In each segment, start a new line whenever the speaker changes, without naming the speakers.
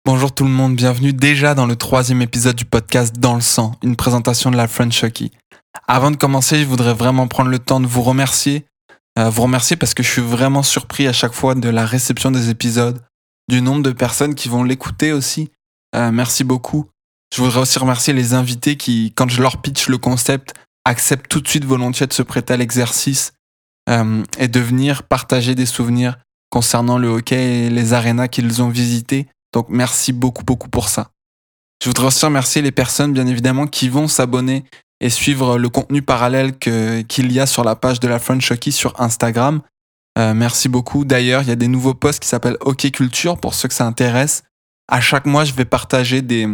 Bonjour tout le monde, bienvenue déjà dans le 3e épisode du podcast Dans le sang, une présentation de la French Hockey. Avant de commencer, je voudrais vraiment prendre le temps de vous remercier parce que je suis vraiment surpris à chaque fois de la réception des épisodes, du nombre de personnes qui vont l'écouter aussi. Merci beaucoup. Je voudrais aussi remercier les invités qui, quand je leur pitch le concept, acceptent tout de suite volontiers de se prêter à l'exercice et de venir partager des souvenirs concernant le hockey et les arénas qu'ils ont visités. Donc merci beaucoup pour ça. Je voudrais aussi remercier les personnes bien évidemment qui vont s'abonner et suivre le contenu parallèle qu'il y a sur la page de la French Hockey sur Instagram. Merci beaucoup. D'ailleurs, il y a des nouveaux posts qui s'appellent Hockey Culture pour ceux que ça intéresse. À chaque mois, je vais partager des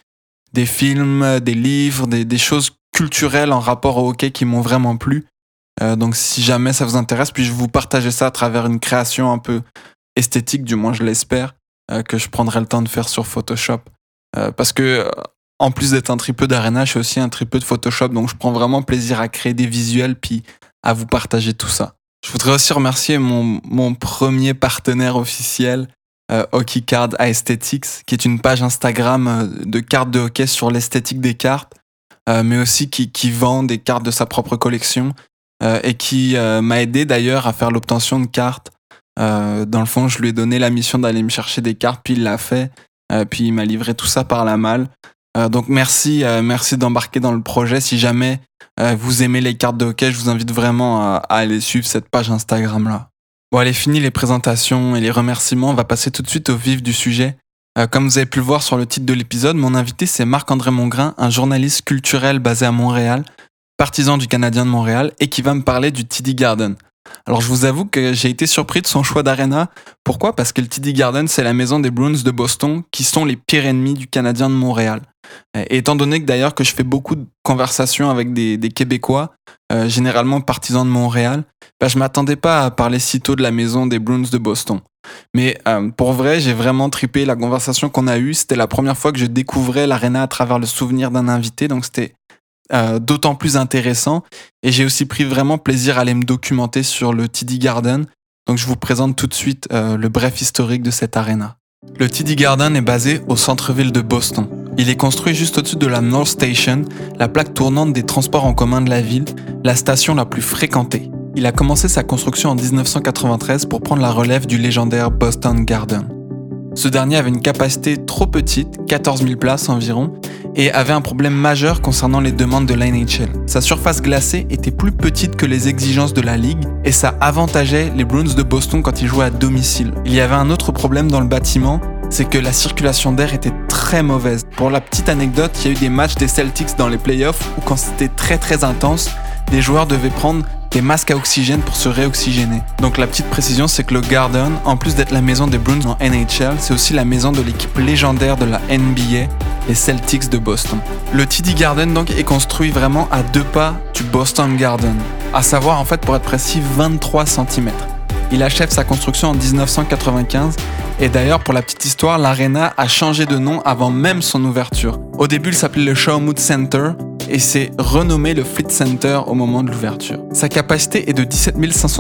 films, des livres, des choses culturelles en rapport au hockey qui m'ont vraiment plu. Donc si jamais ça vous intéresse, puis je vais vous partager ça à travers une création un peu esthétique, du moins je l'espère, que je prendrai le temps de faire sur Photoshop. Parce que en plus d'être un tripeux d'Arena, je suis aussi un tripeux de Photoshop, donc je prends vraiment plaisir à créer des visuels puis à vous partager tout ça. Je voudrais aussi remercier mon premier partenaire officiel, Hockey Card Aesthetics, qui est une page Instagram de cartes de hockey sur l'esthétique des cartes, mais aussi qui vend des cartes de sa propre collection et qui m'a aidé d'ailleurs à faire l'obtention de cartes. Dans le fond, je lui ai donné la mission d'aller me chercher des cartes, puis il l'a fait, puis il m'a livré tout ça par la malle. Donc merci d'embarquer dans le projet. Si jamais vous aimez les cartes de hockey, je vous invite vraiment à aller suivre cette page Instagram-là. Bon, allez, fini les présentations et les remerciements, on va passer tout de suite au vif du sujet. Comme vous avez pu le voir sur le titre de l'épisode, mon invité c'est Marc-André Mongrain, un journaliste culturel basé à Montréal, partisan du Canadien de Montréal, et qui va me parler du TD Garden. Alors je vous avoue que j'ai été surpris de son choix d'aréna. Pourquoi ? Parce que le TD Garden, c'est la maison des Bruins de Boston, qui sont les pires ennemis du Canadien de Montréal. Et étant donné que d'ailleurs que je fais beaucoup de conversations avec des Québécois, généralement partisans de Montréal, je m'attendais pas à parler si tôt de la maison des Bruins de Boston. Mais pour vrai, j'ai vraiment trippé la conversation qu'on a eue. C'était la première fois que je découvrais l'aréna à travers le souvenir d'un invité, donc c'était d'autant plus intéressant, et j'ai aussi pris vraiment plaisir à aller me documenter sur le TD Garden. Donc je vous présente tout de suite le bref historique de cette aréna. Le TD Garden est basé au centre-ville de Boston. Il est construit juste au-dessus de la North Station, la plaque tournante des transports en commun de la ville, la station la plus fréquentée. Il a commencé sa construction en 1993 pour prendre la relève du légendaire Boston Garden. Ce dernier avait une capacité trop petite, 14 000 places environ, et avait un problème majeur concernant les demandes de la NHL. Sa surface glacée était plus petite que les exigences de la Ligue, et ça avantageait les Bruins de Boston quand ils jouaient à domicile. Il y avait un autre problème dans le bâtiment, c'est que la circulation d'air était très mauvaise. Pour la petite anecdote, il y a eu des matchs des Celtics dans les playoffs où quand c'était très intense, les joueurs devaient prendre des masques à oxygène pour se réoxygéner. Donc la petite précision, c'est que le Garden, en plus d'être la maison des Bruins en NHL, c'est aussi la maison de l'équipe légendaire de la NBA, les Celtics de Boston. Le TD Garden donc est construit vraiment à 2 pas du Boston Garden, à savoir en fait pour être précis 23 cm. Il achève sa construction en 1995 et d'ailleurs pour la petite histoire, l'aréna a changé de nom avant même son ouverture. Au début, il s'appelait le Shawmut Center et s'est renommé le Fleet Center au moment de l'ouverture. Sa capacité est de 17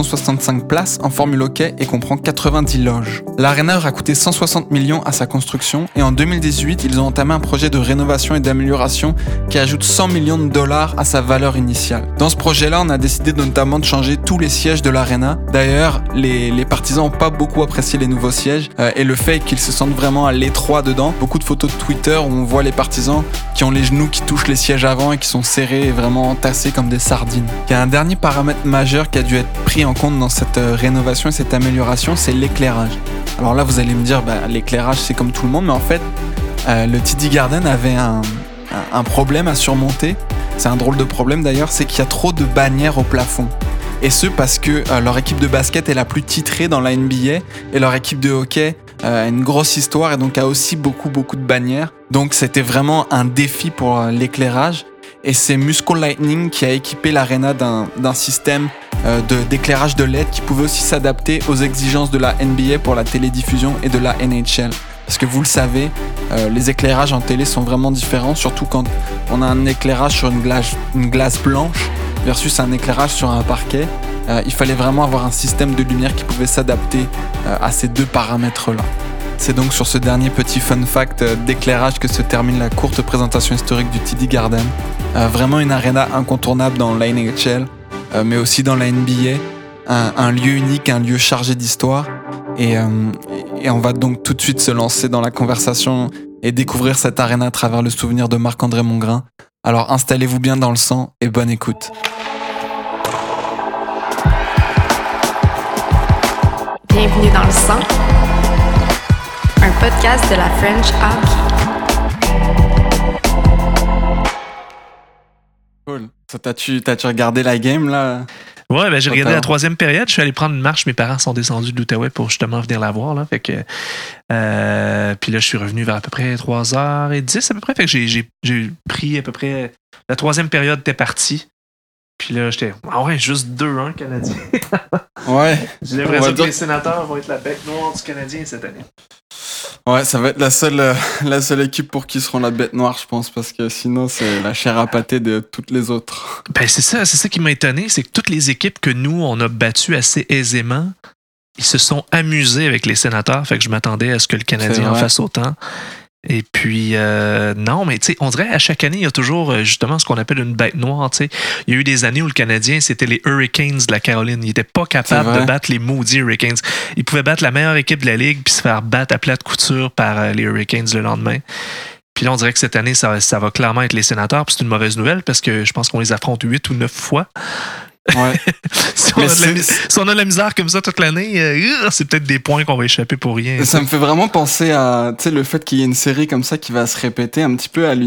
565 places en formule hockey et comprend 90 loges. L'aréna aura coûté 160 millions à sa construction et en 2018, ils ont entamé un projet de rénovation et d'amélioration qui ajoute 100 millions de dollars à sa valeur initiale. Dans ce projet-là, on a décidé notamment de changer tous les sièges de l'aréna. D'ailleurs, les partisans n'ont pas beaucoup apprécié les nouveaux sièges et le fait qu'ils se sentent vraiment à l'étroit dedans. Beaucoup de photos de Twitter où on voit les partisans qui ont les genoux qui touchent les sièges avant et qui sont serrés et vraiment entassés comme des sardines. Il y a un dernier paramètre majeur qui a dû être pris en compte dans cette rénovation et cette amélioration, c'est l'éclairage. Alors là, vous allez me dire, l'éclairage c'est comme tout le monde, mais en fait, le TD Garden avait un problème à surmonter. C'est un drôle de problème d'ailleurs, c'est qu'il y a trop de bannières au plafond. Et ce parce que leur équipe de basket est la plus titrée dans la NBA et leur équipe de hockey a une grosse histoire et donc a aussi beaucoup de bannières. Donc c'était vraiment un défi pour l'éclairage. Et c'est Musco Lightning qui a équipé l'aréna d'un système d'éclairage de LED qui pouvait aussi s'adapter aux exigences de la NBA pour la télédiffusion et de la NHL. Parce que vous le savez, les éclairages en télé sont vraiment différents, surtout quand on a un éclairage sur une glace blanche versus un éclairage sur un parquet. Il fallait vraiment avoir un système de lumière qui pouvait s'adapter à ces deux paramètres-là. C'est donc sur ce dernier petit fun fact d'éclairage que se termine la courte présentation historique du TD Garden. Vraiment une arena incontournable dans la NHL, mais aussi dans la NBA. Un lieu unique, un lieu chargé d'histoire. Et on va donc tout de suite se lancer dans la conversation et découvrir cette arena à travers le souvenir de Marc-André Mongrain. Alors installez-vous bien dans le sang et bonne écoute.
Bienvenue dans le sang, un podcast de la French Hockey.
Cool. T'as-tu regardé la game là?
Ouais, ben j'ai regardé la troisième période. Je suis allé prendre une marche. Mes parents sont descendus de l'Outaouais pour justement venir la voir. Là. Fait que, puis là, je suis revenu vers à peu près 3h10 à peu près. Fait que j'ai pris à peu près... La troisième période était partie. Puis là, j'étais... Ah ouais, juste 2-1 Canadien.
Ouais.
J'ai l'impression que les sénateurs vont être la bête noire du Canadien cette année.
Ouais, ça va être la seule équipe pour qui seront la bête noire, je pense, parce que sinon, c'est la chair à pâté de toutes les autres.
Ben, c'est ça qui m'a étonné, c'est que toutes les équipes que nous, on a battues assez aisément, ils se sont amusés avec les sénateurs, fait que je m'attendais à ce que le Canadien en fasse autant. Et puis, non, mais tu sais, on dirait à chaque année, il y a toujours justement ce qu'on appelle une bête noire. Tu sais, il y a eu des années où le Canadien, c'était les Hurricanes de la Caroline. Il n'était pas capable de battre les maudits Hurricanes. Il pouvait battre la meilleure équipe de la Ligue puis se faire battre à plate couture par les Hurricanes le lendemain. Puis là, on dirait que cette année, ça va clairement être les Sénateurs. Puis c'est une mauvaise nouvelle parce que je pense qu'on les affronte 8 ou 9 fois.
Ouais.
si on a de la misère comme ça toute l'année, c'est peut-être des points qu'on va échapper pour rien.
Ça me fait vraiment penser à le fait qu'il y ait une série comme ça qui va se répéter un petit peu à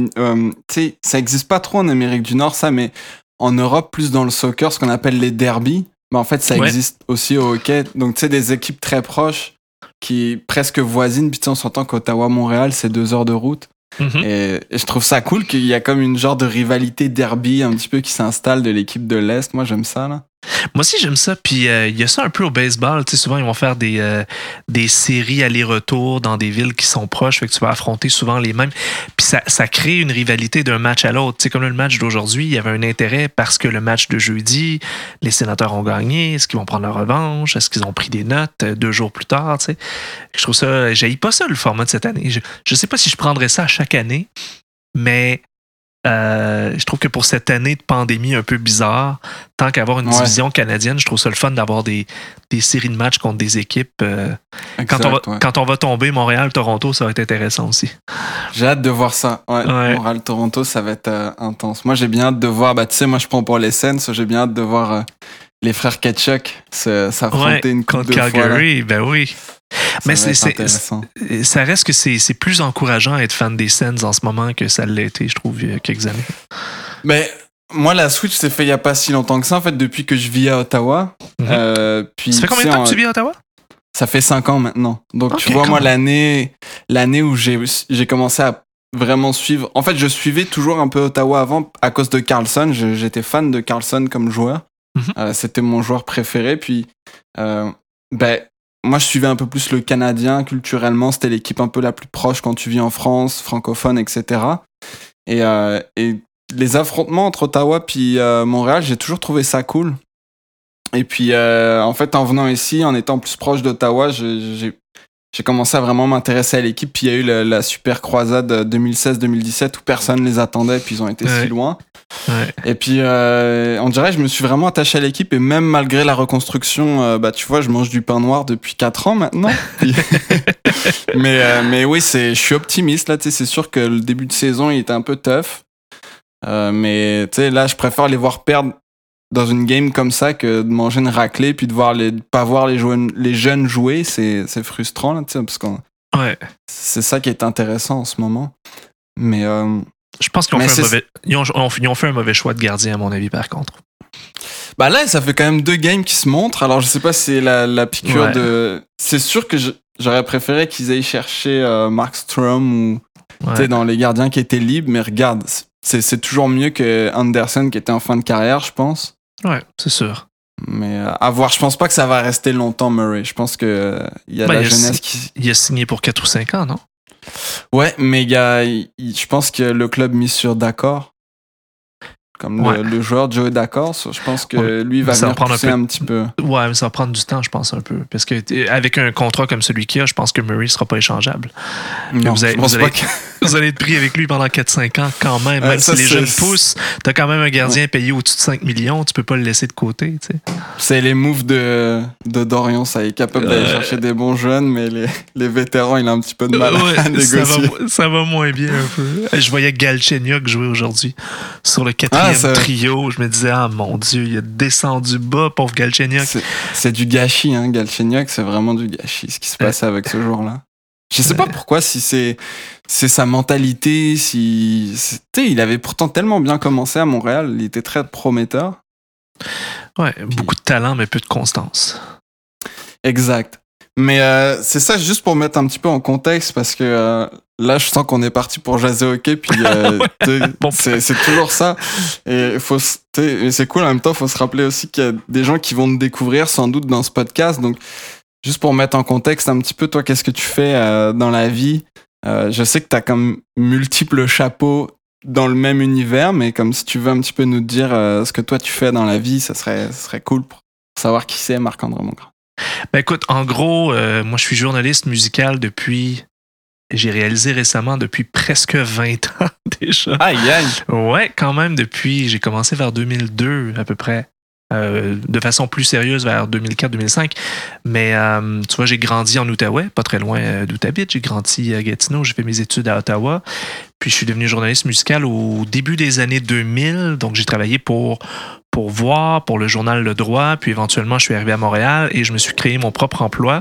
ça existe pas trop en Amérique du Nord, ça, mais en Europe, plus dans le soccer, ce qu'on appelle les derbies, mais en fait, ça existe aussi au hockey. Donc, tu sais, des équipes très proches qui presque voisines, puis on s'entend qu'Ottawa-Montréal, c'est 2 heures de route. Mm-hmm. Et je trouve ça cool qu'il y a comme une genre de rivalité derby un petit peu qui s'installe de l'équipe de l'Est. Moi, j'aime ça, là.
Moi aussi, j'aime ça. Puis, il y a ça un peu au baseball. Tu sais, souvent, ils vont faire des séries aller-retour dans des villes qui sont proches. Fait que tu vas affronter souvent les mêmes. Puis, ça crée une rivalité d'un match à l'autre. Tu sais, comme là, le match d'aujourd'hui, il y avait un intérêt parce que le match de jeudi, les sénateurs ont gagné. Est-ce qu'ils vont prendre leur revanche? Est-ce qu'ils ont pris des notes 2 jours plus tard? Tu sais? Je trouve ça... J'haïs pas ça, le format de cette année. Je sais pas si je prendrais ça à chaque année, mais... je trouve que pour cette année de pandémie un peu bizarre, tant qu'avoir une division canadienne, je trouve ça le fun d'avoir des séries de matchs contre des équipes. Quand on va tomber Montréal-Toronto, ça va être intéressant aussi.
J'ai hâte de voir ça. Ouais. Montréal-Toronto, ça va être intense. Moi, j'ai bien hâte de voir, tu sais, moi je prends pour les Sens, j'ai bien hâte de voir les frères Ketchuk s'affronter une couple de
Calgary,
fois.
Ben oui. Mais ça reste que c'est plus encourageant à être fan des Sens en ce moment que ça l'a été, je trouve, il y a quelques années.
Mais moi, la switch s'est fait il n'y a pas si longtemps que ça, en fait, depuis que je vis à Ottawa.
Mm-hmm. Puis, ça fait combien de temps que tu vis à Ottawa?
Ça fait 5 ans maintenant. Donc, tu vois, moi, l'année où j'ai commencé à vraiment suivre... En fait, je suivais toujours un peu Ottawa avant à cause de Karlsson. J'étais fan de Karlsson comme joueur. Mm-hmm. C'était mon joueur préféré. Puis, moi, je suivais un peu plus le Canadien culturellement. C'était l'équipe un peu la plus proche quand tu vis en France, francophone, etc. Et les affrontements entre Ottawa puis Montréal, j'ai toujours trouvé ça cool. Et puis, en fait, en venant ici, en étant plus proche d'Ottawa, j'ai commencé à vraiment m'intéresser à l'équipe. Puis il y a eu la super croisade 2016-2017 où personne ne les attendait. Puis ils ont été si loin. Ouais. Et puis, on dirait que je me suis vraiment attaché à l'équipe. Et même malgré la reconstruction, tu vois, je mange du pain noir depuis 4 ans maintenant. mais oui, je suis optimiste. Là, c'est sûr que le début de saison, il était un peu tough. Mais là, je préfère les voir perdre dans une game comme ça que de manger une raclée puis de pas voir les jeunes jouer. C'est frustrant, là, parce que c'est ça qui est intéressant en ce moment. Mais...
je pense qu'ils ont fait un mauvais choix de gardien, à mon avis, par contre.
Bah là, ça fait quand même 2 games qui se montrent. Alors, je sais pas si c'est la piqûre de... C'est sûr que j'aurais préféré qu'ils aillent chercher Markstrom ou dans les gardiens qui étaient libres. Mais regarde, c'est toujours mieux que Anderson qui était en fin de carrière, je pense.
Ouais, c'est sûr.
Mais à voir, je pense pas que ça va rester longtemps, Murray. Je pense que il y a la jeunesse qui...
Il a signé pour 4 ou 5 ans, non?
Ouais, mais je pense que le club mise sur d'accord. comme
Ouais.
le joueur Joey D'accord. Je pense que
Ouais.
lui va
Ça va
venir
prendre
pousser un petit peu.
Ouais, mais ça va prendre du temps, je pense, un peu. Parce que avec un contrat comme celui qu'il y a, je pense que Murray ne sera pas échangeable.
Non,
vous,
je pense pas que...
vous allez être pris avec lui pendant 4-5 ans quand même. Même
ça,
si les
c'est-
jeunes poussent, tu as quand même un gardien payé au-dessus de 5 millions, tu peux pas le laisser de côté. Tu sais.
C'est les moves de Dorian, ça. Il est capable d'aller chercher des bons jeunes, mais les vétérans, il a un petit peu de mal
Ouais,
à négocier.
ça va moins bien un peu. Je voyais Galchenyuk jouer aujourd'hui sur le 4e trio. Je me disais, ah mon Dieu, il a descendu bas, pauvre Galchenyuk.
C'est du gâchis, hein, Galchenyuk, c'est vraiment du gâchis ce qui se passait avec ce joueur-là. Je sais pas pourquoi, si c'est sa mentalité, tu sais, il avait pourtant tellement bien commencé à Montréal, il était très prometteur.
Ouais, beaucoup de talent, mais peu de constance.
Exact. Mais c'est ça, juste pour mettre un petit peu en contexte, parce que là, je sens qu'on est parti pour jaser hockey, puis
Bon,
c'est toujours ça. Et c'est cool, en même temps, il faut se rappeler aussi qu'il y a des gens qui vont nous découvrir sans doute dans ce podcast. Donc, juste pour mettre en contexte un petit peu, toi, qu'est-ce que tu fais dans la vie? Je sais que tu as comme multiples chapeaux dans le même univers, mais comme si tu veux un petit peu nous dire ce que toi tu fais dans la vie, ça serait cool pour savoir qui c'est Marc-André Mongrain.
Ben écoute, en gros, moi je suis journaliste musical j'ai réalisé récemment depuis presque 20 ans déjà.
Aïe aïe!
Ouais, quand même j'ai commencé vers 2002 à peu près. De façon plus sérieuse vers 2004-2005. Mais tu vois, j'ai grandi en Outaouais, pas très loin d'où t'habites. J'ai grandi à Gatineau, j'ai fait mes études à Ottawa. Puis je suis devenu journaliste musical au début des années 2000. Donc j'ai travaillé pour Voir, pour le journal Le Droit. Puis éventuellement, je suis arrivé à Montréal et je me suis créé mon propre emploi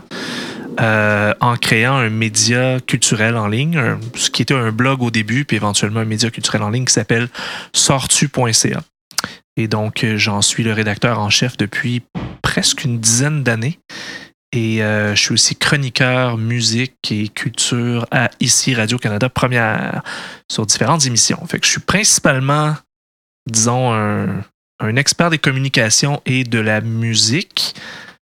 en créant un média culturel en ligne, ce qui était un blog au début, puis éventuellement un média culturel en ligne qui s'appelle sortu.ca. Et donc, j'en suis le rédacteur en chef depuis presque une dizaine d'années. Et je suis aussi chroniqueur musique et culture à ici Radio-Canada Première sur différentes émissions. Fait que je suis principalement, disons, un expert des communications et de la musique.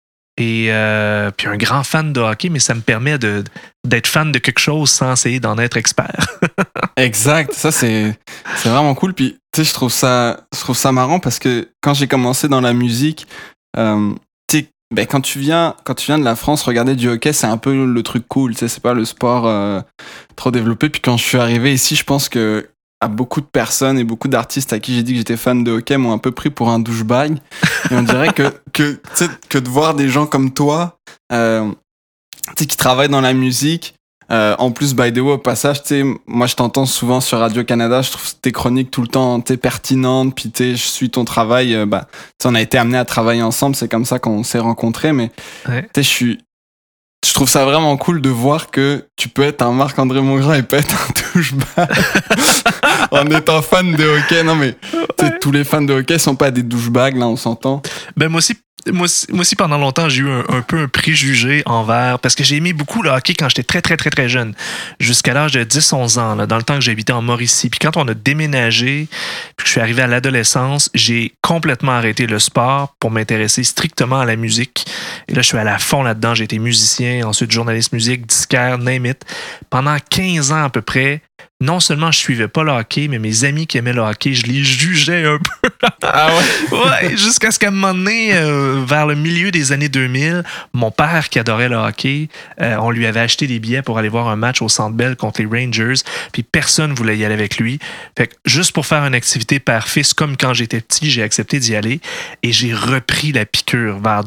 Et puis un grand fan de hockey, mais ça me permet d'être fan de quelque chose sans essayer d'en être expert.
Exact, ça c'est vraiment cool. Puis tu sais, je trouve ça marrant parce que quand j'ai commencé dans la musique, tu sais, ben, quand tu viens de la France, regarder du hockey, c'est un peu le truc cool. Tu sais, c'est pas le sport trop développé. Puis quand je suis arrivé ici, je pense que à beaucoup de personnes et beaucoup d'artistes à qui j'ai dit que j'étais fan de hockey m'ont un peu pris pour un douchebag. Et on dirait que de voir des gens comme toi, tu sais, qui travaillent dans la musique. En plus, by the way, au passage, tu sais, moi je t'entends souvent sur Radio-Canada, je trouve tes chroniques tout le temps pertinentes, puis tu sais, je suis ton travail, tu sais, on a été amenés à travailler ensemble, c'est comme ça qu'on s'est rencontrés, mais
Ouais.
tu sais, je trouve ça vraiment cool de voir que tu peux être un Marc-André Mongrain et pas être un douchebag en étant fan de hockey. Non mais, tu sais, tous les fans de hockey sont pas des douchebags, là, on s'entend.
Ben moi aussi, pendant longtemps, j'ai eu un peu un préjugé envers... Parce que j'ai aimé beaucoup le hockey quand j'étais très, très, très, très jeune. Jusqu'à l'âge de 10-11 ans, là, dans le temps que j'habitais en Mauricie. Puis quand on a déménagé, puis que je suis arrivé à l'adolescence, j'ai complètement arrêté le sport pour m'intéresser strictement à la musique. Et là, je suis allé à fond là-dedans. J'ai été musicien, ensuite journaliste musique, disquaire, name it. Pendant 15 ans à peu près, non seulement je suivais pas le hockey, mais mes amis qui aimaient le hockey, je les jugeais un peu.
Ah ouais?
Ouais, jusqu'à ce qu'à un moment donné, vers le milieu des années 2000, mon père qui adorait le hockey, on lui avait acheté des billets pour aller voir un match au Centre Bell contre les Rangers, puis personne voulait y aller avec lui. Fait que juste pour faire une activité père-fils, comme quand j'étais petit, j'ai accepté d'y aller et j'ai repris la piqûre vers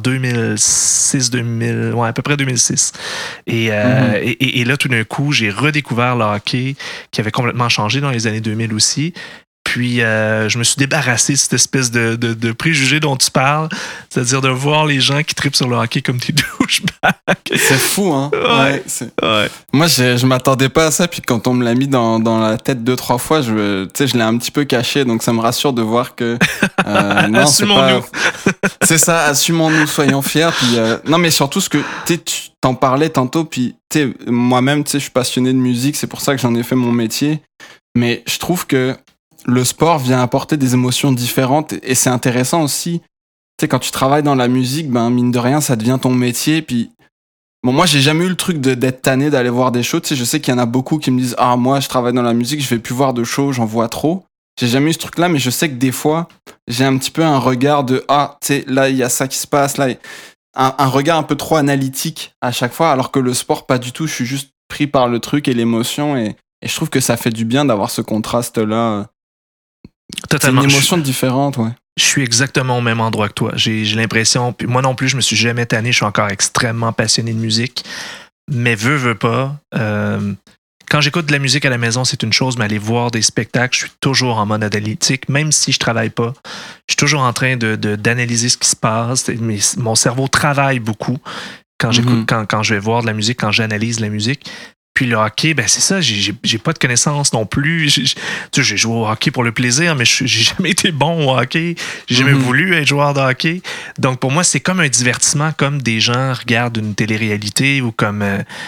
2006-2000, ouais, à peu près 2006. Et là, tout d'un coup, j'ai redécouvert le hockey qui avait complètement changé dans les années 2000 aussi. Puis, je me suis débarrassé de cette espèce de préjugé dont tu parles, c'est-à-dire de voir les gens qui trippent sur le hockey comme des douchebags.
C'est fou, hein?
Ouais.
Ouais. Moi, je m'attendais pas à ça, puis quand on me l'a mis dans la tête 2-3 fois, tu sais, je l'ai un petit peu caché, donc ça me rassure de voir que... non, c'est pas... C'est ça, assumons-nous, soyons fiers. Puis, non, mais surtout, ce que tu t'en parlais tantôt, puis moi-même, je suis passionné de musique, c'est pour ça que j'en ai fait mon métier. Mais je trouve que le sport vient apporter des émotions différentes et c'est intéressant aussi. Tu sais, quand tu travailles dans la musique, ben mine de rien, ça devient ton métier. Puis, bon, moi, j'ai jamais eu le truc d'être tanné d'aller voir des shows. Tu sais, je sais qu'il y en a beaucoup qui me disent « Ah, moi, je travaille dans la musique, je vais plus voir de shows, j'en vois trop. » j'ai jamais eu ce truc-là, mais je sais que des fois, j'ai un petit peu un regard de tu sais, là, il y a ça qui se passe, là, un regard un peu trop analytique à chaque fois, alors que le sport, pas du tout. Je suis juste pris par le truc et l'émotion, et je trouve que ça fait du bien d'avoir ce contraste-là.
Totalement.
C'est une émotion différente, ouais.
Je suis exactement au même endroit que toi. J'ai l'impression, puis moi non plus, je me suis jamais tanné, je suis encore extrêmement passionné de musique, mais veux pas. Quand j'écoute de la musique à la maison, c'est une chose, mais aller voir des spectacles, je suis toujours en mode analytique, même si je travaille pas. Je suis toujours en train d'analyser ce qui se passe. Mais mon cerveau travaille beaucoup quand j'écoute, quand je vais voir de la musique, quand j'analyse la musique. Puis le hockey, ben c'est ça, j'ai pas de connaissances non plus. J'ai joué au hockey pour le plaisir, mais j'ai jamais été bon au hockey. J'ai jamais voulu être joueur de hockey. Donc pour moi, c'est comme un divertissement, comme des gens regardent une télé-réalité ou comme...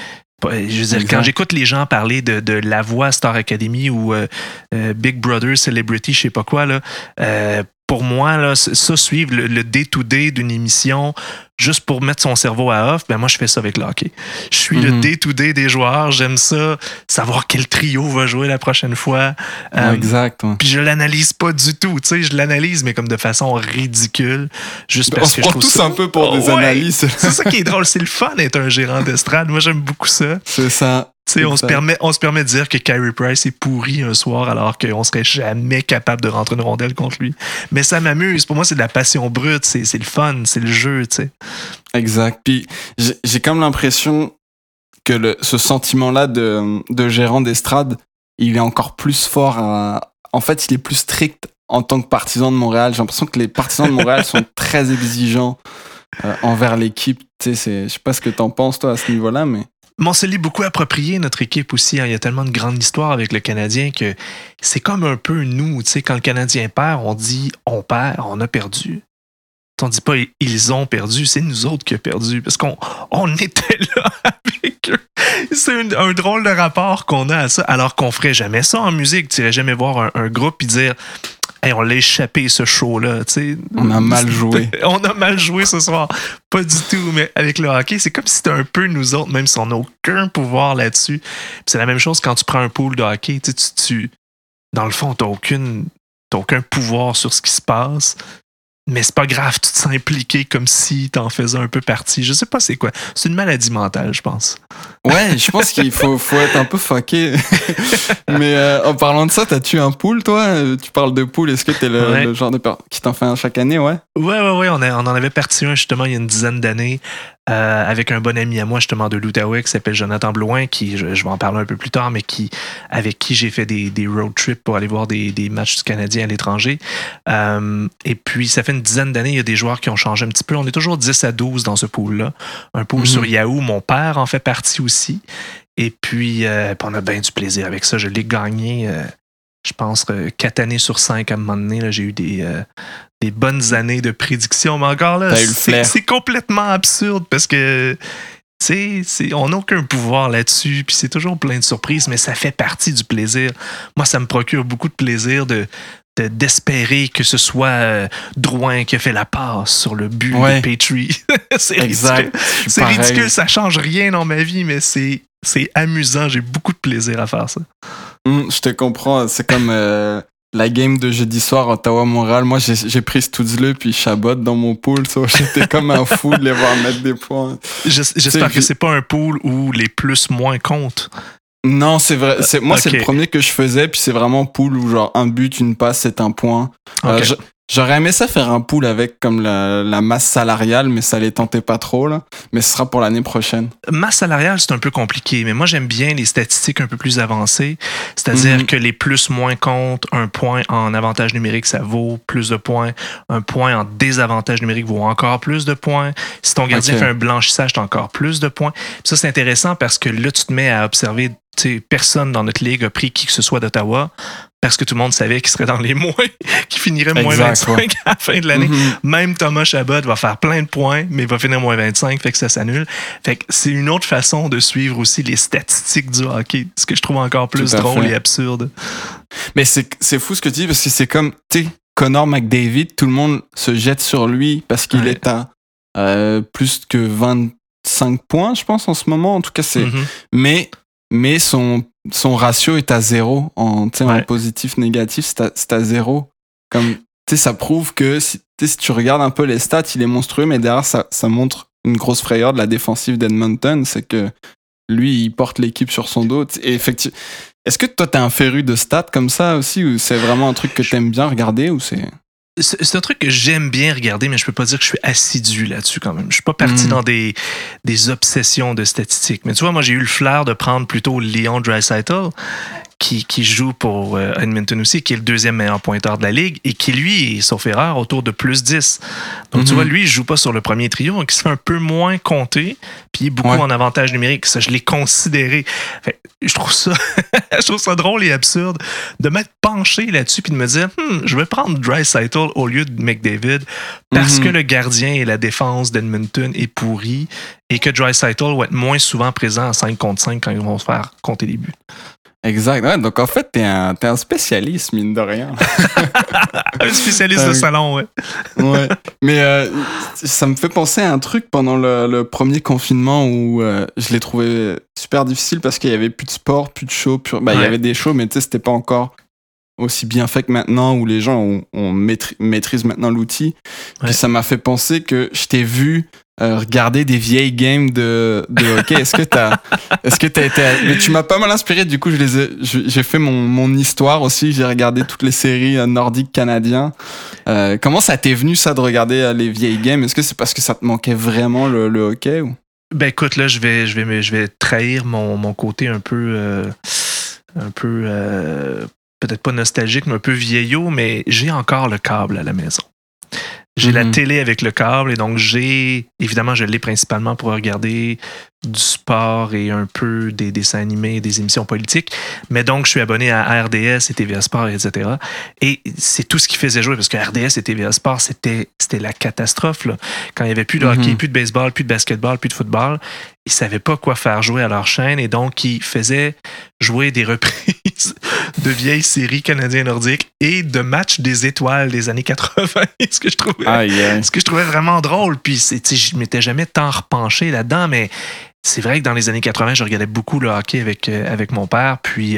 je veux dire, quand j'écoute les gens parler de La Voix, Star Academy ou Big Brother, Celebrity, je sais pas quoi, là, pour moi, là, ça, suivre le day-to-day d'une émission juste pour mettre son cerveau à off, ben moi, je fais ça avec le hockey. Je suis le day-to-day des joueurs, j'aime ça, savoir quel trio va jouer la prochaine fois.
Exact. Ouais.
Puis je l'analyse pas du tout, tu sais, je l'analyse, mais comme de façon ridicule, juste
parce que je trouve ça... On se prend tous un peu pour des analyses.
C'est ça qui est drôle, c'est le fun d'être un gérant d'estrade. Moi, j'aime beaucoup ça.
C'est ça.
Tu sais, on se permet de dire que Carey Price est pourri un soir alors qu'on serait jamais capable de rentrer une rondelle contre lui. Mais ça m'amuse. Pour moi, c'est de la passion brute. C'est le fun, c'est le jeu, tu sais.
Exact. Puis j'ai comme l'impression que ce sentiment-là de gérant d'estrade, il est encore plus fort. En fait, il est plus strict en tant que partisan de Montréal. J'ai l'impression que les partisans de Montréal sont très exigeants envers l'équipe. Tu sais, je sais pas ce que t'en penses, toi, à ce niveau-là, mais...
Mais on se l'est beaucoup approprié, notre équipe aussi. Hein. Il y a tellement de grandes histoires avec le Canadien que c'est comme un peu nous. Tu sais, quand le Canadien perd, on dit « on perd, on a perdu ». On dit pas « ils ont perdu », c'est nous autres qui avons perdu parce qu'on était là avec eux. C'est un drôle de rapport qu'on a à ça, alors qu'on ferait jamais ça en musique. Tu irais jamais voir un groupe et dire « hey, on l'a échappé ce show-là ». Tu sais,
on a mal joué.
On a mal joué ce soir. Pas du tout, mais avec le hockey, c'est comme si c'était un peu nous autres, même si on n'a aucun pouvoir là-dessus. Puis c'est la même chose quand tu prends un pool de hockey. Tu dans le fond, t'as aucun pouvoir sur ce qui se passe. Mais c'est pas grave, tu te sens impliqué comme si t'en faisais un peu partie. Je sais pas c'est quoi. C'est une maladie mentale, je pense.
Ouais, je pense qu'il faut être un peu fucké. Mais en parlant de ça, t'as-tu un pool, toi? Tu parles de pool, est-ce que t'es le genre de qui t'en fait un chaque année, ouais? Ouais,
on en avait parti un justement il y a une dizaine d'années. Avec un bon ami à moi justement de l'Outaouais qui s'appelle Jonathan Blouin, qui je vais en parler un peu plus tard, mais avec qui j'ai fait des road trips pour aller voir des matchs du Canadien à l'étranger. Et puis ça fait une dizaine d'années, il y a des joueurs qui ont changé un petit peu. On est toujours 10 à 12 dans ce pool-là. Un pool sur Yahoo, mon père en fait partie aussi. Et puis on a bien du plaisir avec ça. Je l'ai gagné, je pense, 4 années sur 5 à un moment donné. Là, j'ai eu des bonnes années de prédiction, mais encore là, c'est complètement absurde parce que on n'a aucun pouvoir là-dessus, puis c'est toujours plein de surprises, mais ça fait partie du plaisir. Moi, ça me procure beaucoup de plaisir d'espérer que ce soit Drouin qui a fait la passe sur le but de Petrie. C'est
exact.
Ridicule. C'est ridicule, ça change rien dans ma vie, mais c'est amusant, j'ai beaucoup de plaisir à faire ça.
Je te comprends, c'est comme la game de jeudi soir Ottawa-Montréal. Moi, j'ai pris Stutzle puis Chabot dans mon pool. J'étais comme un fou de les voir mettre des points.
J'espère que c'est pas un pool où les plus-moins comptent.
Non, c'est vrai. Moi, c'est le premier que je faisais, puis c'est vraiment pool où genre un but, une passe, c'est un point. Okay. J'aurais aimé ça faire un pool avec comme la masse salariale, mais ça les tentait pas trop, là. Mais ce sera pour l'année prochaine.
Masse salariale, c'est un peu compliqué, mais moi, j'aime bien les statistiques un peu plus avancées. C'est-à-dire que les plus-moins comptent. Un point en avantage numérique, ça vaut plus de points. Un point en désavantage numérique vaut encore plus de points. Si ton gardien fait un blanchissage, t'as encore plus de points. Puis ça, c'est intéressant parce que là, tu te mets à observer, personne dans notre ligue a pris qui que ce soit d'Ottawa parce que tout le monde savait qu'il serait dans les moins, qu'il finirait moins 25 à la fin de l'année. Même Thomas Chabot va faire plein de points, mais il va finir moins 25, fait que ça s'annule. Fait que c'est une autre façon de suivre aussi les statistiques du hockey, ce que je trouve encore plus drôle et absurde.
Mais c'est fou ce que tu dis, parce que c'est comme, tu sais, Connor McDavid, tout le monde se jette sur lui parce qu'il est à plus que 25 points, je pense, en ce moment. En tout cas, c'est... Mais son son ratio est à 0 en positif, négatif, c'est à 0. Comme, ça prouve que si tu regardes un peu les stats, il est monstrueux, mais derrière, ça montre une grosse frayeur de la défensive d'Edmonton. C'est que lui, il porte l'équipe sur son dos. Et effectivement, est-ce que toi, t'es un féru de stats comme ça aussi, ou c'est vraiment un truc que t'aimes bien regarder, ou c'est...
C'est un truc que j'aime bien regarder, mais je peux pas dire que je suis assidu là-dessus quand même. Je suis pas parti dans des obsessions de statistiques. Mais tu vois, moi, j'ai eu le flair de prendre plutôt Leon Draisaitl, qui joue pour Edmonton aussi, qui est le deuxième meilleur pointeur de la ligue et qui, lui, est, sauf erreur, autour de plus 10. Donc, tu vois, lui, il joue pas sur le premier trio, donc il se fait un peu moins compter, puis il est beaucoup en avantage numérique. Ça, je l'ai considéré. Fait, je trouve ça drôle et absurde de m'être penché là-dessus puis de me dire, je vais prendre Draisaitl au lieu de McDavid parce que le gardien et la défense d'Edmonton est pourri et que Draisaitl va être moins souvent présent à 5 contre 5 quand ils vont se faire compter les buts.
Exact. Ouais, donc en fait, t'es un spécialiste, mine de rien.
Un spécialiste de salon, ouais.
Ouais. Mais ça me fait penser à un truc pendant le premier confinement où je l'ai trouvé super difficile parce qu'il y avait plus de sport, plus de show. Il y avait des shows, mais tu sais, c'était pas encore aussi bien fait que maintenant où les gens maîtrisent maintenant l'outil. Puis ça m'a fait penser que je t'ai vu regarder des vieilles games de hockey. Est-ce que t'as été... Mais tu m'as pas mal inspiré, du coup j'ai fait mon histoire aussi, j'ai regardé toutes les séries nordiques canadiens. Comment ça t'est venu ça de regarder les vieilles games? Est-ce que c'est parce que ça te manquait vraiment le hockey ou?
Ben écoute, là je vais trahir mon côté un peu peut-être pas nostalgique, mais un peu vieillot, mais j'ai encore le câble à la maison. J'ai la télé avec le câble et donc évidemment, je l'ai principalement pour regarder du sport et un peu des dessins animés, des émissions politiques. Mais donc, je suis abonné à RDS et TVA Sport, etc. Et c'est tout ce qui faisait jouer parce que RDS et TVA Sport, c'était la catastrophe, là. Quand il n'y avait plus de hockey, plus de baseball, plus de basketball, plus de football, ils ne savaient pas quoi faire jouer à leur chaîne et donc, ils faisaient jouer des reprises de vieilles séries canadiennes nordiques et de matchs des étoiles des années 80, ce que je trouvais vraiment drôle. Puis, je ne m'étais jamais tant repenché là-dedans, mais c'est vrai que dans les années 80, je regardais beaucoup le hockey avec mon père. Puis,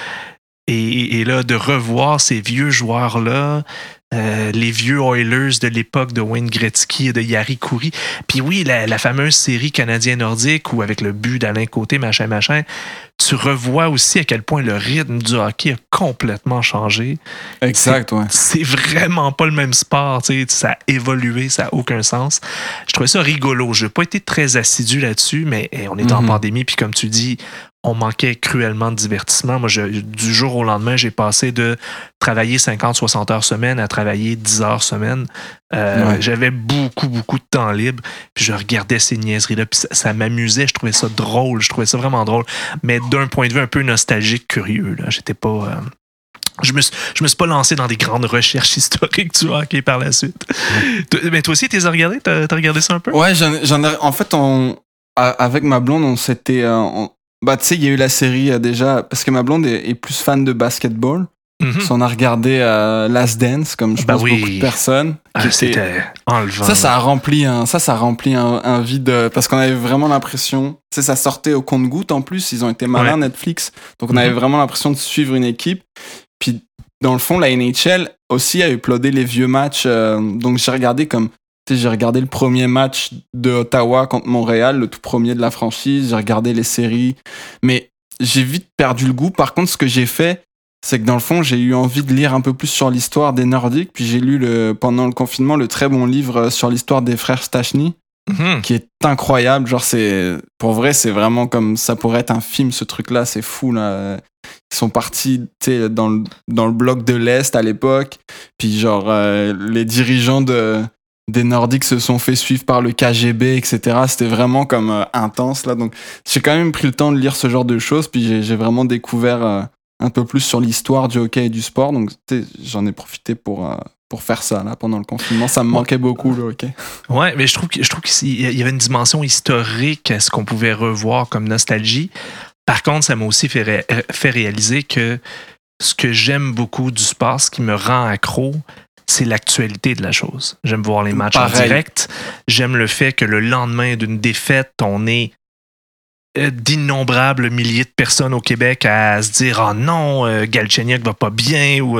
et là, de revoir ces vieux joueurs-là, les vieux Oilers de l'époque de Wayne Gretzky et de Jari Kurri. Puis oui, la fameuse série canadien-nordique où avec le but d'Alain Côté, machin, tu revois aussi à quel point le rythme du hockey a complètement changé.
Exact, ouais.
C'est vraiment pas le même sport, tu sais, ça a évolué, ça n'a aucun sens. Je trouvais ça rigolo. Je n'ai pas été très assidu là-dessus, mais on était en pandémie, puis comme tu dis, on manquait cruellement de divertissement. Moi, du jour au lendemain, j'ai passé de travailler 50-60 heures semaine à travailler 10 heures semaine. J'avais beaucoup de temps libre. Puis je regardais ces niaiseries-là. Puis ça m'amusait. Je trouvais ça drôle. Je trouvais ça vraiment drôle. Mais d'un point de vue un peu nostalgique, curieux. Là. J'étais pas... Je me suis pas lancé dans des grandes recherches historiques du hockey par la suite. Mais toi aussi, t'as regardé? T'as regardé ça un peu?
Ouais, j'en ai... En fait, avec ma blonde, on s'était... Bah, tu sais, il y a eu la série déjà, parce que ma blonde est plus fan de basketball. On a regardé Last Dance, comme je pense beaucoup de personnes.
C'était enlevant.
Ça a rempli un vide, parce qu'on avait vraiment l'impression, tu sais, ça sortait au compte-gouttes en plus, ils ont été malins, Netflix. Donc on avait vraiment l'impression de suivre une équipe. Puis dans le fond, la NHL aussi a uploadé les vieux matchs. Donc j'ai regardé le premier match de Ottawa contre Montréal, le tout premier de la franchise. J'ai regardé les séries, mais j'ai vite perdu le goût. Par contre, ce que j'ai fait, c'est que dans le fond, j'ai eu envie de lire un peu plus sur l'histoire des Nordiques. Puis j'ai lu pendant le confinement le très bon livre sur l'histoire des frères Stachny, qui est incroyable. Genre, pour vrai, c'est vraiment comme ça pourrait être un film, ce truc-là. C'est fou, là. Ils sont partis, tu sais, dans le bloc de l'Est à l'époque. Puis genre, les dirigeants des Nordiques se sont fait suivre par le KGB, etc. C'était vraiment comme intense, là. Donc, j'ai quand même pris le temps de lire ce genre de choses, puis j'ai vraiment découvert un peu plus sur l'histoire du hockey et du sport. Donc, j'en ai profité pour faire ça, là, pendant le confinement. Ça me manquait beaucoup, le hockey.
Ouais, mais je trouve qu'il y avait une dimension historique à ce qu'on pouvait revoir comme nostalgie. Par contre, ça m'a aussi fait réaliser que ce que j'aime beaucoup du sport, ce qui me rend accro, c'est l'actualité de la chose. J'aime voir les matchs en direct. J'aime le fait que le lendemain d'une défaite, on est d'innombrables milliers de personnes au Québec à se dire « Oh non, Galchenyuk va pas bien » ou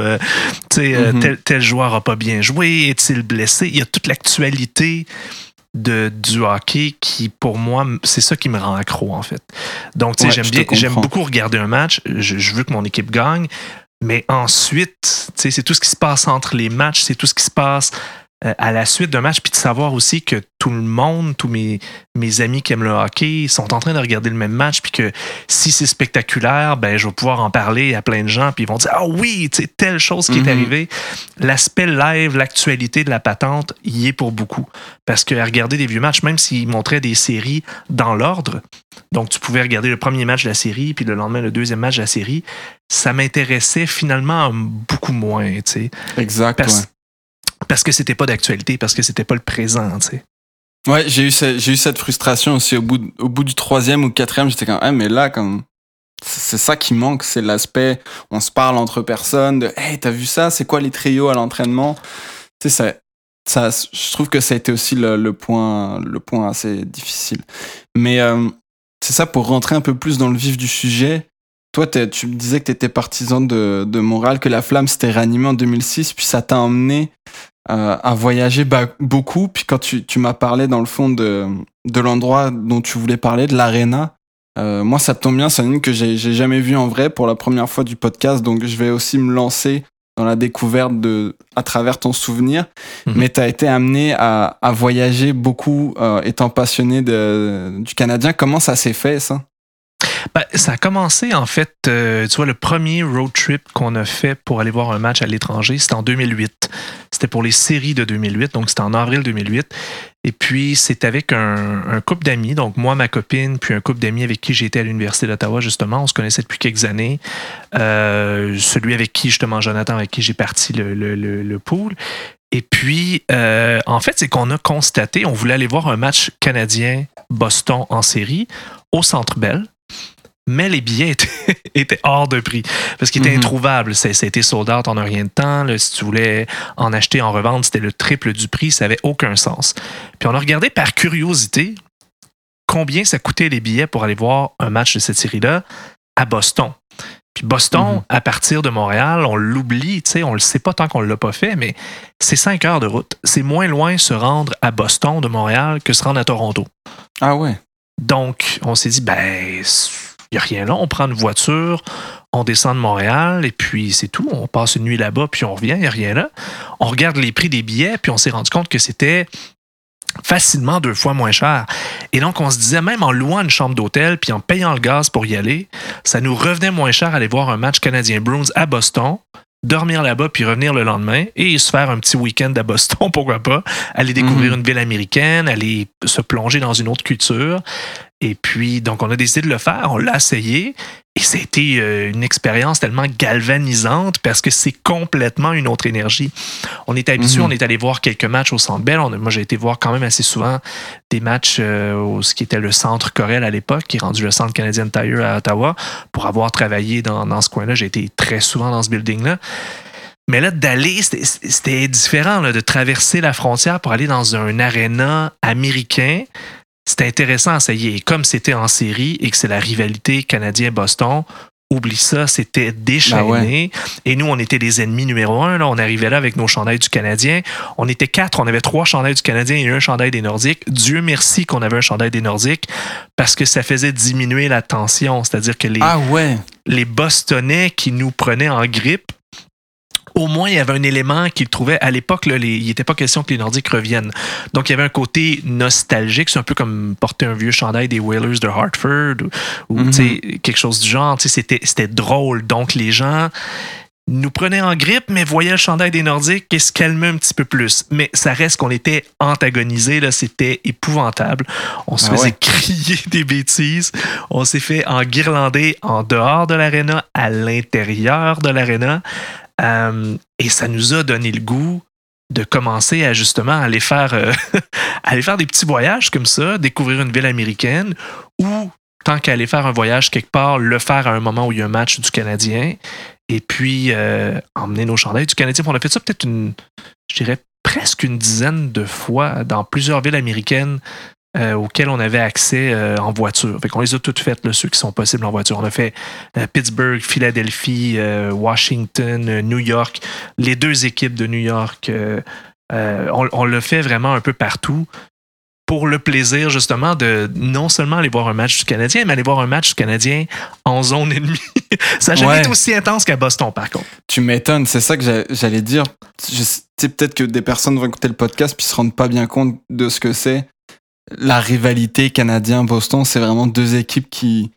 tel joueur a pas bien joué, est-il blessé? Il y a toute l'actualité du hockey qui, pour moi, c'est ça qui me rend accro, en fait. Donc, j'aime beaucoup regarder un match. Je veux que mon équipe gagne. Mais ensuite, c'est tout ce qui se passe entre les matchs, c'est tout ce qui se passe à la suite d'un match, puis de savoir aussi que tout le monde, tous mes amis qui aiment le hockey sont en train de regarder le même match, puis que si c'est spectaculaire, ben je vais pouvoir en parler à plein de gens, puis ils vont dire « Ah oui, telle chose qui est arrivée ». L'aspect live, l'actualité de la patente, y est pour beaucoup. Parce que à regarder des vieux matchs, même s'ils montraient des séries dans l'ordre, donc tu pouvais regarder le premier match de la série, puis le lendemain, le deuxième match de la série, ça m'intéressait finalement beaucoup moins.
Exact,
parce que c'était pas d'actualité, parce que c'était pas le présent, tu sais.
Ouais, j'ai eu cette frustration aussi au bout du troisième ou quatrième, j'étais comme, mais là, c'est ça qui manque, c'est l'aspect, on se parle entre personnes, de, hey, t'as vu ça, c'est quoi les trios à l'entraînement? Tu sais, ça, je trouve que ça a été aussi le point assez difficile. Mais, c'est ça, pour rentrer un peu plus dans le vif du sujet, toi, tu me disais que t'étais partisan de Montréal, que la Flamme s'était réanimée en 2006, puis ça t'a emmené à voyager beaucoup. Puis quand tu m'as parlé, dans le fond, de l'endroit dont tu voulais parler, de l'Arena, moi, ça tombe bien, c'est une que j'ai jamais vue en vrai pour la première fois du podcast, donc je vais aussi me lancer dans la découverte à travers ton souvenir. Mais t'as été amené à voyager beaucoup, étant passionné du Canadien. Comment ça s'est fait, ça?
Ça a commencé, en fait, tu vois, le premier road trip qu'on a fait pour aller voir un match à l'étranger, c'était en 2008. C'était pour les séries de 2008, donc c'était en avril 2008. Et puis, c'est avec un couple d'amis, donc moi, ma copine, puis un couple d'amis avec qui j'étais à l'Université d'Ottawa, justement. On se connaissait depuis quelques années. Celui avec qui, justement, Jonathan, avec qui j'ai parti le pool. Et puis, en fait, c'est qu'on a constaté, on voulait aller voir un match canadien-Boston en série au Centre Bell. Mais les billets étaient hors de prix parce qu'ils étaient introuvables. Ça a été sold out en un rien de temps. Là, si tu voulais en acheter, en revendre, c'était le triple du prix. Ça n'avait aucun sens. Puis on a regardé par curiosité combien ça coûtait les billets pour aller voir un match de cette série-là à Boston. Puis Boston, à partir de Montréal, on l'oublie, on le sait pas tant qu'on l'a pas fait, mais c'est 5 heures de route. C'est moins loin se rendre à Boston de Montréal que se rendre à Toronto.
Ah ouais?
Donc, on s'est dit, il n'y a rien là, on prend une voiture, on descend de Montréal et puis c'est tout. On passe une nuit là-bas puis on revient, il n'y a rien là. On regarde les prix des billets puis on s'est rendu compte que c'était facilement 2 fois moins cher. Et donc, on se disait, même en louant une chambre d'hôtel puis en payant le gaz pour y aller, ça nous revenait moins cher aller voir un match Canadien Bruins à Boston, dormir là-bas puis revenir le lendemain et se faire un petit week-end à Boston, pourquoi pas, aller découvrir une ville américaine, aller se plonger dans une autre culture. Et puis, donc, on a décidé de le faire, on l'a essayé et c'était une expérience tellement galvanisante parce que c'est complètement une autre énergie. On est habitué, on est allé voir quelques matchs au Centre Bell. Moi, j'ai été voir quand même assez souvent des matchs ce qui était le Centre Corel à l'époque, qui est rendu le Centre Canadian Tire à Ottawa. Pour avoir travaillé dans ce coin-là, j'ai été très souvent dans ce building-là. Mais là, d'aller, c'était différent, là, de traverser la frontière pour aller dans un aréna américain. C'était intéressant à essayer. Et comme c'était en série et que c'est la rivalité Canadien-Boston, oublie ça, c'était déchaîné. Et nous, on était les ennemis numéro 1. Là. On arrivait là avec nos chandails du Canadien. On était 4, on avait 3 chandails du Canadien et un chandail des Nordiques. Dieu merci qu'on avait un chandail des Nordiques parce que ça faisait diminuer la tension. C'est-à-dire que les Bostonnais qui nous prenaient en grippe, au moins, il y avait un élément qu'ils trouvaient. À l'époque, là, il n'était pas question que les Nordiques reviennent. Donc, il y avait un côté nostalgique. C'est un peu comme porter un vieux chandail des Whalers de Hartford ou quelque chose du genre. C'était drôle. Donc, les gens nous prenaient en grippe, mais voyaient le chandail des Nordiques et se calmaient un petit peu plus. Mais ça reste qu'on était antagonisés. Là, c'était épouvantable. On se faisait crier des bêtises. On s'est fait enguirlander en dehors de l'aréna, à l'intérieur de l'aréna. Et ça nous a donné le goût de commencer à justement aller faire des petits voyages comme ça, découvrir une ville américaine ou, tant qu'à aller faire un voyage quelque part, le faire à un moment où il y a un match du Canadien et puis emmener nos chandails du Canadien. On a fait ça peut-être presque une dizaine de fois dans plusieurs villes américaines auxquels on avait accès en voiture. Fait qu'on les a toutes faites, là, ceux qui sont possibles en voiture. On a fait Pittsburgh, Philadelphie, Washington, New York, les 2 équipes de New York. On l'a fait vraiment un peu partout pour le plaisir, justement, de non seulement aller voir un match du Canadien, mais aller voir un match du Canadien en zone ennemie. Ça n'a jamais été aussi intense qu'à Boston, par contre.
Tu m'étonnes, c'est ça que j'allais dire. Tu sais, peut-être que des personnes vont écouter le podcast puis se rendent pas bien compte de ce que c'est. La rivalité Canadien-Boston, c'est vraiment 2 équipes qui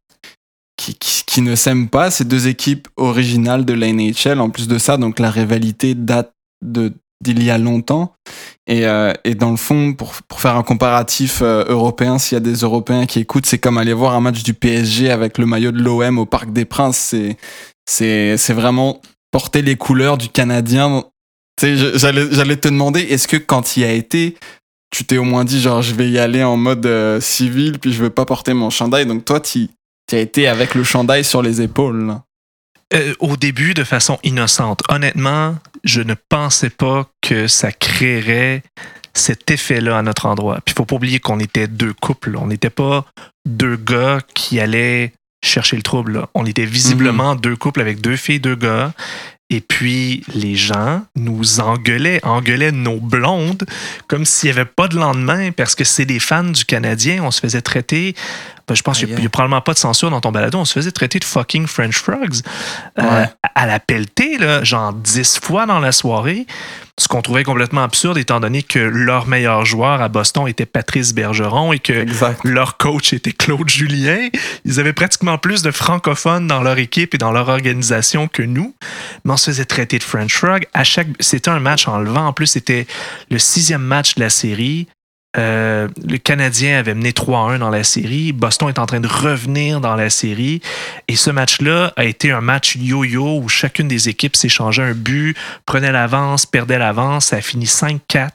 ne s'aiment pas. C'est 2 équipes originales de la NHL. En plus de ça, donc la rivalité date d'il y a longtemps. Et dans le fond, pour faire un comparatif européen, s'il y a des Européens qui écoutent, c'est comme aller voir un match du PSG avec le maillot de l'OM au Parc des Princes. C'est vraiment porter les couleurs du Canadien. Tu sais, j'allais te demander, est-ce que quand il y a été, tu t'es au moins dit genre je vais y aller en mode civil puis je veux pas porter mon chandail. Donc toi, tu as été avec le chandail sur les épaules, là.
Au début, de façon innocente. Honnêtement, je ne pensais pas que ça créerait cet effet-là à notre endroit. Puis il faut pas oublier qu'on était 2 couples. On n'était pas 2 gars qui allaient chercher le trouble, là. On était visiblement 2 couples avec 2 filles, 2 gars. Et puis, les gens nous engueulaient nos blondes comme s'il n'y avait pas de lendemain parce que c'est des fans du Canadien. On se faisait traiter... je pense qu'il n'y a probablement pas de censure dans ton balado. On se faisait traiter de fucking French frogs à la pelletée, là, genre 10 fois dans la soirée. Ce qu'on trouvait complètement absurde étant donné que leur meilleur joueur à Boston était Patrice Bergeron et que leur coach était Claude Julien. Ils avaient pratiquement plus de francophones dans leur équipe et dans leur organisation que nous. Mais on se faisait traiter de French frog. C'était un match enlevant. En plus, c'était le 6e match de la série. Le Canadien avait mené 3-1 dans la série. Boston est en train de revenir dans la série. Et ce match-là a été un match yo-yo où chacune des équipes s'échangeait un but, prenait l'avance, perdait l'avance. Ça a fini 5-4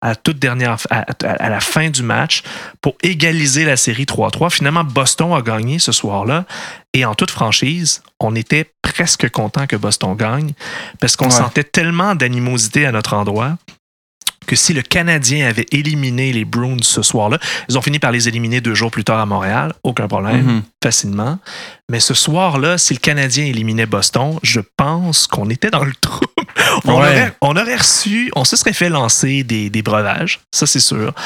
à la fin du match pour égaliser la série 3-3. Finalement, Boston a gagné ce soir-là. Et en toute franchise, on était presque content que Boston gagne parce qu'on sentait tellement d'animosité à notre endroit que si le Canadien avait éliminé les Bruins ce soir-là, ils ont fini par les éliminer 2 jours plus tard à Montréal, aucun problème, facilement. Mais ce soir-là, si le Canadien éliminait Boston, je pense qu'on était dans le trou. On aurait reçu, on se serait fait lancer des breuvages, ça c'est sûr.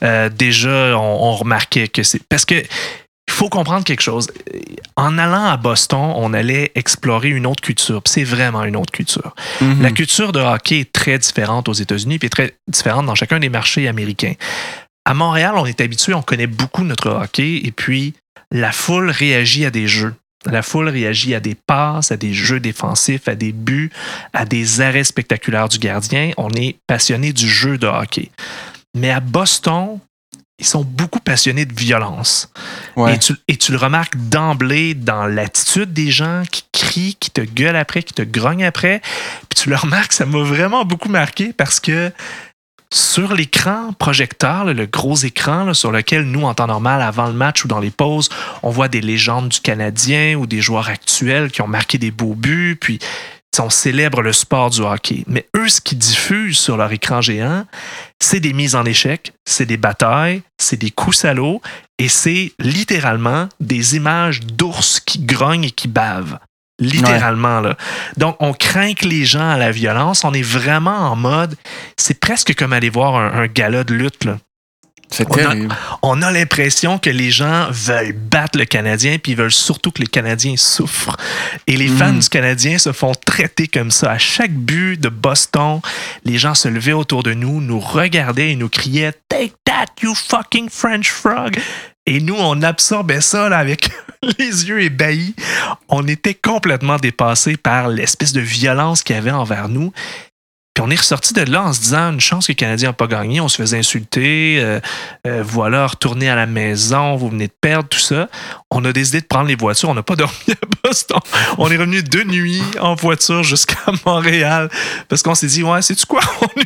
Déjà, on remarquait que c'est... Parce que il faut comprendre quelque chose. En allant à Boston, on allait explorer une autre culture. Puis c'est vraiment une autre culture. La culture de hockey est très différente aux États-Unis puis est très différente dans chacun des marchés américains. À Montréal, on est habitué, on connaît beaucoup notre hockey et puis la foule réagit à des jeux. La foule réagit à des passes, à des jeux défensifs, à des buts, à des arrêts spectaculaires du gardien. On est passionné du jeu de hockey. Mais à Boston, ils sont beaucoup passionnés de violence. Ouais. Et tu le remarques d'emblée dans l'attitude des gens qui crient, qui te gueulent après, qui te grognent après. Puis tu le remarques, ça m'a vraiment beaucoup marqué parce que sur l'écran projecteur, le gros écran sur lequel nous, en temps normal, avant le match ou dans les pauses, on voit des légendes du Canadien ou des joueurs actuels qui ont marqué des beaux buts, puis on célèbre le sport du hockey. Mais eux, ce qu'ils diffusent sur leur écran géant, c'est des mises en échec, c'est des batailles, c'est des coups salauds et c'est littéralement des images d'ours qui grognent et qui bavent. Littéralement, là. Donc, on craint que les gens à la violence. On est vraiment en mode... C'est presque comme aller voir un gala de lutte, là.
C'est terrible.
On a l'impression que les gens veulent battre le Canadien puis ils veulent surtout que le Canadien souffre. Et les fans du Canadien se font traiter comme ça. À chaque but de Boston, les gens se levaient autour de nous, nous regardaient et nous criaient « Take that, you fucking French frog! » Et nous, on absorbait ça là, avec les yeux ébahis. On était complètement dépassés par l'espèce de violence qu'il y avait envers nous. Puis on est ressorti de là en se disant une chance que le Canadien n'a pas gagné, on se faisait insulter, voilà, retourner à la maison, vous venez de perdre, tout ça. On a décidé de prendre les voitures, on n'a pas dormi à Boston. On est revenu de nuit en voiture jusqu'à Montréal parce qu'on s'est dit, ouais, sais-tu quoi?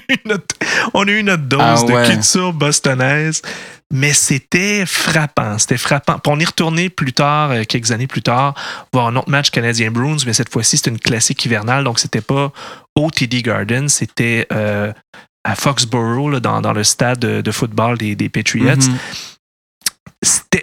On a eu notre dose de culture bostonaise. Mais c'était frappant. Puis on est retourné plus tard, quelques années plus tard, voir un autre match Canadien-Bruins, mais cette fois-ci, c'était une classique hivernale, donc c'était pas au TD Garden, c'était à Foxborough, là, dans le stade de football des Patriots.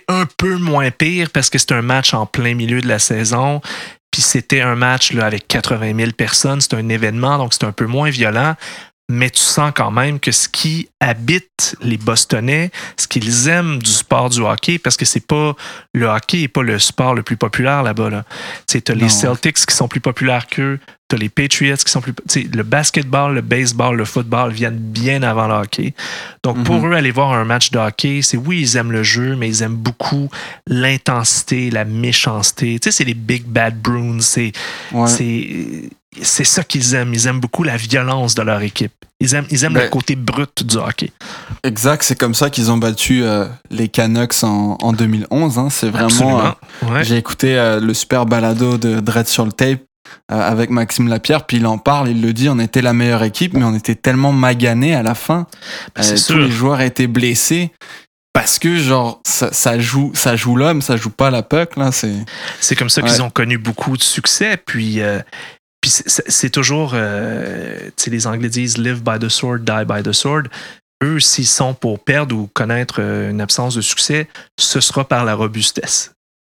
un peu moins pire parce que c'est un match en plein milieu de la saison. Puis c'était un match là, avec 80 000 personnes. C'est un événement, donc c'est un peu moins violent. Mais tu sens quand même que ce qui habite les Bostonnais, ce qu'ils aiment du sport du hockey, parce que c'est pas le hockey n'est pas le sport le plus populaire là-bas. Là. Tu as les Celtics qui sont plus populaires qu'eux, tu as les Patriots qui sont plus... Le basketball, le baseball, le football viennent bien avant le hockey. Donc pour eux, aller voir un match de hockey, c'est oui, ils aiment le jeu, mais ils aiment beaucoup l'intensité, la méchanceté. Tu sais, c'est les Big Bad Bruins, c'est ça qu'ils aiment. Ils aiment beaucoup la violence de leur équipe. Ils aiment le côté brut du hockey.
Exact, c'est comme ça qu'ils ont battu les Canucks en 2011. Hein. C'est vraiment... J'ai écouté le super balado de Dread sur le tape avec Maxime Lapierre, puis il en parle, il le dit, on était la meilleure équipe, mais on était tellement maganés à la fin. Tous les joueurs étaient blessés. Parce que genre ça joue l'homme, ça joue pas la puck là.
C'est comme ça qu'ils ont connu beaucoup de succès. Puis c'est toujours, les Anglais disent live by the sword, die by the sword. Eux, s'ils sont pour perdre ou connaître une absence de succès, ce sera par la robustesse.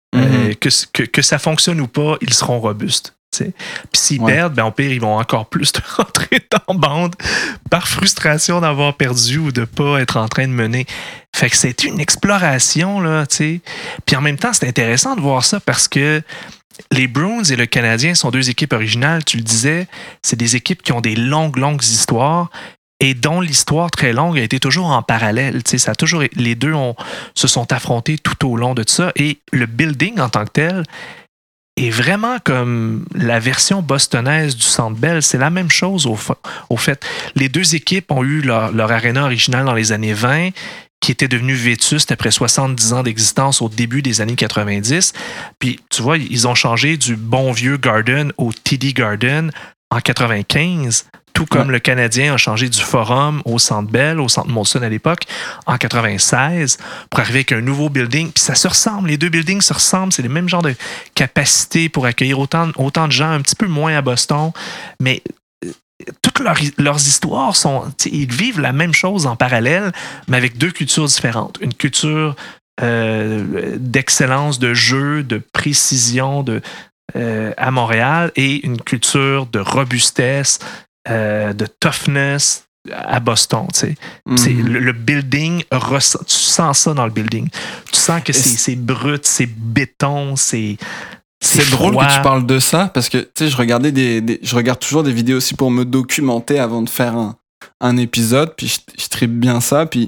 Que ça fonctionne ou pas, ils seront robustes. Puis s'ils perdent, au pire, ils vont encore plus te rentrer dans bande par frustration d'avoir perdu ou de ne pas être en train de mener. Fait que c'est une exploration, là, tu sais. Puis en même temps, c'est intéressant de voir ça parce que les Bruins et le Canadien sont deux équipes originales, tu le disais. C'est des équipes qui ont des longues histoires et dont l'histoire très longue a été toujours en parallèle. Tu sais, ça a toujours, les deux se sont affrontés tout au long de ça. Et le building en tant que tel est vraiment comme la version bostonnaise du Centre Bell. C'est la même chose au fait. Les deux équipes ont eu leur aréna originale dans les années 20 qui était devenu vétuste après 70 ans d'existence au début des années 90. Puis, tu vois, ils ont changé du bon vieux Garden au TD Garden en 95, tout comme le Canadien a changé du Forum au Centre Bell, au Centre Molson à l'époque, en 96, pour arriver avec un nouveau building. Puis ça se ressemble, les deux buildings se ressemblent, c'est le même genre de capacité pour accueillir autant de gens, un petit peu moins à Boston, mais toutes leurs histoires ils vivent la même chose en parallèle, mais avec deux cultures différentes. Une culture d'excellence, de jeu, de précision à Montréal et une culture de robustesse, de toughness à Boston. C'est le building, tu sens ça dans le building. Tu sens que c'est brut, c'est béton, c'est
drôle que tu parles de ça parce que tu sais, je regarde toujours des vidéos aussi pour me documenter avant de faire un épisode, puis je tripe bien ça, puis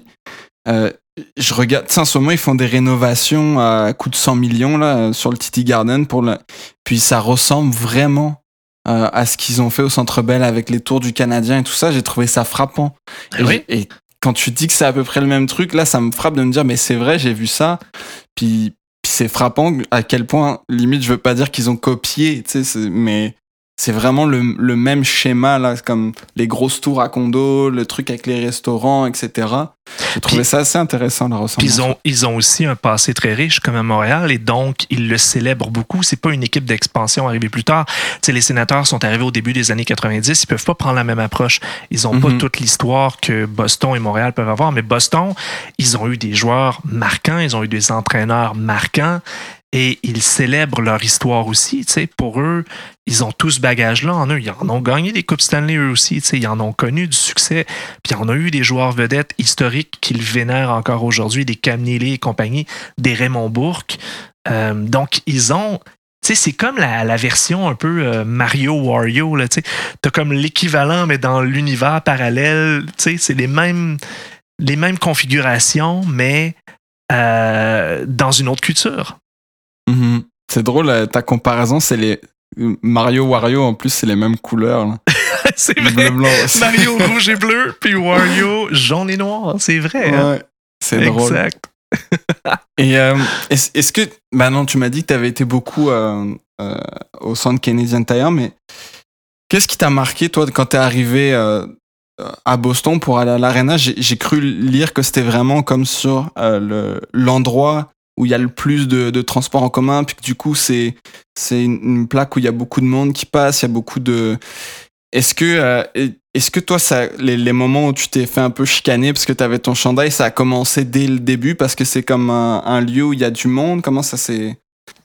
je regarde, en ce moment ils font des rénovations à coût de 100 millions là, sur le TD Garden puis ça ressemble vraiment à ce qu'ils ont fait au Centre Bell avec les tours du Canadien et tout ça. J'ai trouvé ça frappant. Et quand tu dis que c'est à peu près le même truc, là ça me frappe de me dire mais c'est vrai, j'ai vu ça, puis c'est frappant à quel point, limite, je veux pas dire qu'ils ont copié, tu sais, mais c'est vraiment le même schéma, là, comme les grosses tours à condo, le truc avec les restaurants, etc. J'ai trouvé ça assez intéressant, la ressemblance.
Puis ils ont aussi un passé très riche, comme à Montréal, et donc, ils le célèbrent beaucoup. C'est pas une équipe d'expansion arrivée plus tard. Tu sais, les Sénateurs sont arrivés au début des années 90, ils peuvent pas prendre la même approche. Ils ont pas toute l'histoire que Boston et Montréal peuvent avoir, mais Boston, ils ont eu des joueurs marquants, ils ont eu des entraîneurs marquants, et ils célèbrent leur histoire aussi. Tu sais, pour eux, ils ont tout ce bagage-là en eux. Ils en ont gagné des Coupes Stanley eux aussi. Tu sais, ils en ont connu du succès. Puis ils en ont eu des joueurs vedettes historiques qu'ils vénèrent encore aujourd'hui, des Cam Neely et compagnie, des Raymond Bourque. Donc, ils ont... Tu sais, c'est comme la version un peu Mario Wario. Là, tu sais. T'as comme l'équivalent, mais dans l'univers parallèle. Tu sais, c'est les mêmes configurations, mais dans une autre culture.
Mm-hmm. C'est drôle, ta comparaison, c'est les Mario Wario, en plus, c'est les mêmes couleurs. Là.
C'est vrai. Bleu, blanc. Mario rouge et bleu, puis Wario jaune et noir. C'est vrai.
Ouais,
hein?
C'est drôle.
Exact.
Et est-ce que... non, tu m'as dit que tu avais été beaucoup au Centre Canadian Tire, mais qu'est-ce qui t'a marqué, toi, quand t'es arrivé à Boston pour aller à l'Arena? J'ai cru lire que c'était vraiment comme sur l'endroit où il y a le plus de transports en commun, puis que du coup, c'est une plaque où il y a beaucoup de monde qui passe, il y a beaucoup de... Est-ce est-ce que toi, les moments où tu t'es fait un peu chicaner parce que tu avais ton chandail, ça a commencé dès le début parce que c'est comme un lieu où il y a du monde? Comment ça s'est...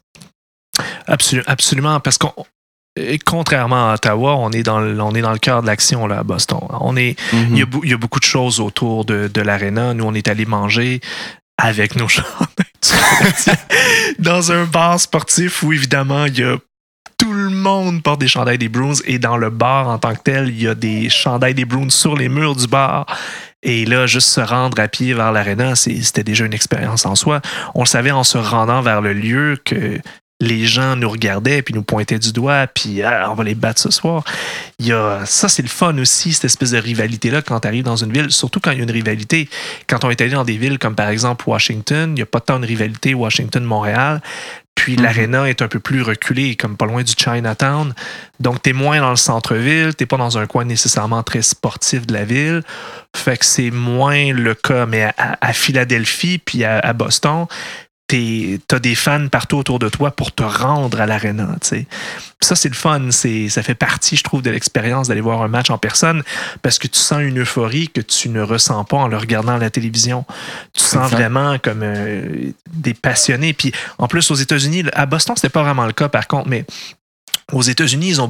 Absolument, parce qu'on contrairement à Ottawa, on est dans le cœur de l'action là, à Boston. Il y a beaucoup de choses autour de l'aréna. Nous, on est allé manger avec nos chandails dans un bar sportif où, évidemment, il y a tout le monde porte des chandails des Bruins et dans le bar en tant que tel, il y a des chandails des Bruins sur les murs du bar. Et là, juste se rendre à pied vers l'aréna, c'était déjà une expérience en soi. On le savait en se rendant vers le lieu que les gens nous regardaient puis nous pointaient du doigt puis on va les battre ce soir. Ça, c'est le fun aussi, cette espèce de rivalité-là quand tu arrives dans une ville, surtout quand il y a une rivalité. Quand on est allé dans des villes comme par exemple Washington, il n'y a pas tant de rivalité Washington-Montréal. Puis l'aréna est un peu plus reculée, comme pas loin du Chinatown. Donc, t'es moins dans le centre-ville, t'es pas dans un coin nécessairement très sportif de la ville. Fait que c'est moins le cas. Mais à Philadelphie puis à Boston, t'as des fans partout autour de toi pour te rendre à l'aréna. T'sais. Ça, c'est le fun. Ça fait partie, je trouve, de l'expérience d'aller voir un match en personne parce que tu sens une euphorie que tu ne ressens pas en le regardant à la télévision. Tu sens vraiment comme des passionnés. Puis en plus, aux États-Unis, à Boston, c'était pas vraiment le cas par contre, mais aux États-Unis, ils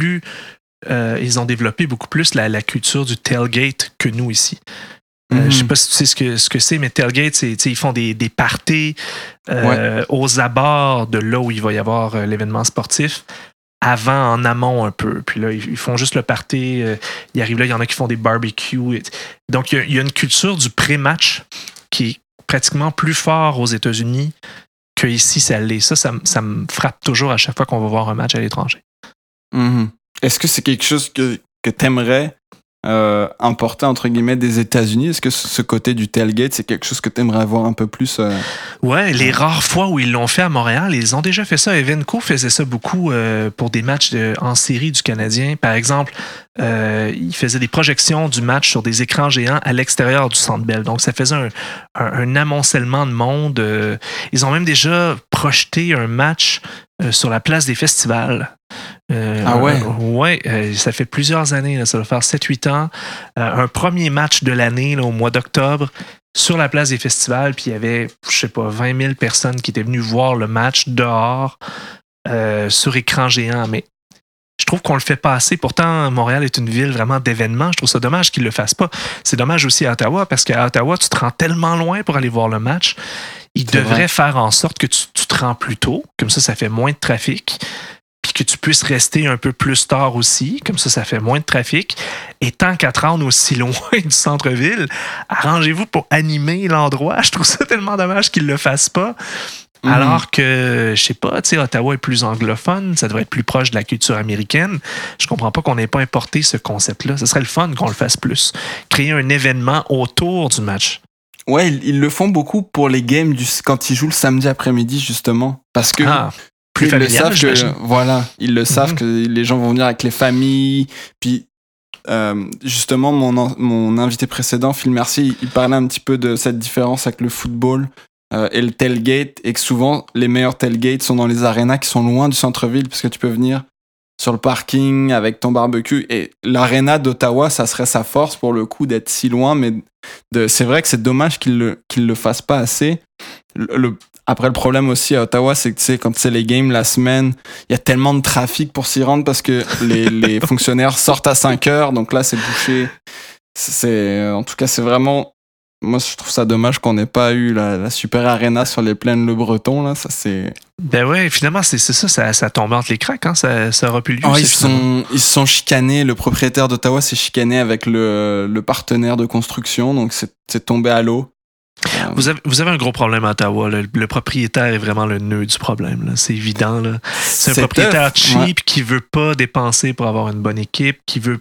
ont développé beaucoup plus la culture du tailgate que nous ici. Je sais pas si tu sais ce que c'est, mais tailgate, ils font des parties aux abords de là où il va y avoir l'événement sportif, en amont un peu. Puis là, ils font juste le party. Ils arrivent là, il y en a qui font des barbecues. Donc, il y a une culture du pré-match qui est pratiquement plus fort aux États-Unis qu'ici, ça l'est. Ça me frappe toujours à chaque fois qu'on va voir un match à l'étranger.
Est-ce que c'est quelque chose que t'aimerais importé entre guillemets des États-Unis? Est-ce que ce côté du tailgate, c'est quelque chose que tu aimerais voir un peu plus?
Ouais, les rares fois où ils l'ont fait à Montréal, ils ont déjà fait ça. Evenco faisait ça beaucoup pour des matchs en série du Canadien. Par exemple, il faisait des projections du match sur des écrans géants à l'extérieur du Centre Bell. Donc, ça faisait un amoncellement de monde. Ils ont même déjà projeté un match sur la place des festivals. Ouais, ça fait plusieurs années, là, ça va faire 7-8 ans. Un premier match de l'année là, au mois d'octobre sur la place des festivals, puis il y avait, je sais pas, 20 000 personnes qui étaient venues voir le match dehors sur écran géant. Mais je trouve qu'on le fait pas assez. Pourtant, Montréal est une ville vraiment d'événements. Je trouve ça dommage qu'ils le fassent pas. C'est dommage aussi à Ottawa, parce qu'à Ottawa, tu te rends tellement loin pour aller voir le match. Ils devraient faire en sorte que tu te rends plus tôt. Comme ça fait moins de trafic. Puis que tu puisses rester un peu plus tard aussi. Comme ça fait moins de trafic. Et tant qu'à te rendre aussi loin du centre-ville, arrangez-vous pour animer l'endroit. Je trouve ça tellement dommage qu'ils le fassent pas. Alors que, je sais pas, tu sais, Ottawa est plus anglophone, ça devrait être plus proche de la culture américaine. Je comprends pas qu'on n'ait pas importé ce concept-là. Ce serait le fun qu'on le fasse plus. Créer un événement autour du match.
Ouais, ils le font beaucoup pour les games quand ils jouent le samedi après-midi, justement. Parce que
plus familial,
ils le savent que les gens vont venir avec les familles. Puis, justement, mon invité précédent, Phil Mercier, il parlait un petit peu de cette différence avec le football et le tailgate, et que souvent, les meilleurs tailgates sont dans les arénas qui sont loin du centre-ville, parce que tu peux venir sur le parking avec ton barbecue. Et l'aréna d'Ottawa, ça serait sa force pour le coup d'être si loin, mais c'est vrai que c'est dommage qu'ils le fassent pas assez. Après, le problème aussi à Ottawa, c'est que tu sais, quand c'est les games la semaine, il y a tellement de trafic pour s'y rendre parce que les fonctionnaires sortent à 5h, donc là, c'est bouché. En tout cas, c'est vraiment... Moi, je trouve ça dommage qu'on n'ait pas eu la super arena sur les plaines Le Breton. Là. Ça, c'est...
Ben ouais, finalement, c'est ça tombe entre les cracks. Hein? Ça aura plus lieu.
Ils se sont chicanés. Le propriétaire d'Ottawa s'est chicané avec le partenaire de construction. Donc, c'est tombé à l'eau.
Vous avez un gros problème à Ottawa. Le propriétaire est vraiment le nœud du problème. Là. C'est évident. Là. C'est un propriétaire cheap qui veut pas dépenser pour avoir une bonne équipe, qui veut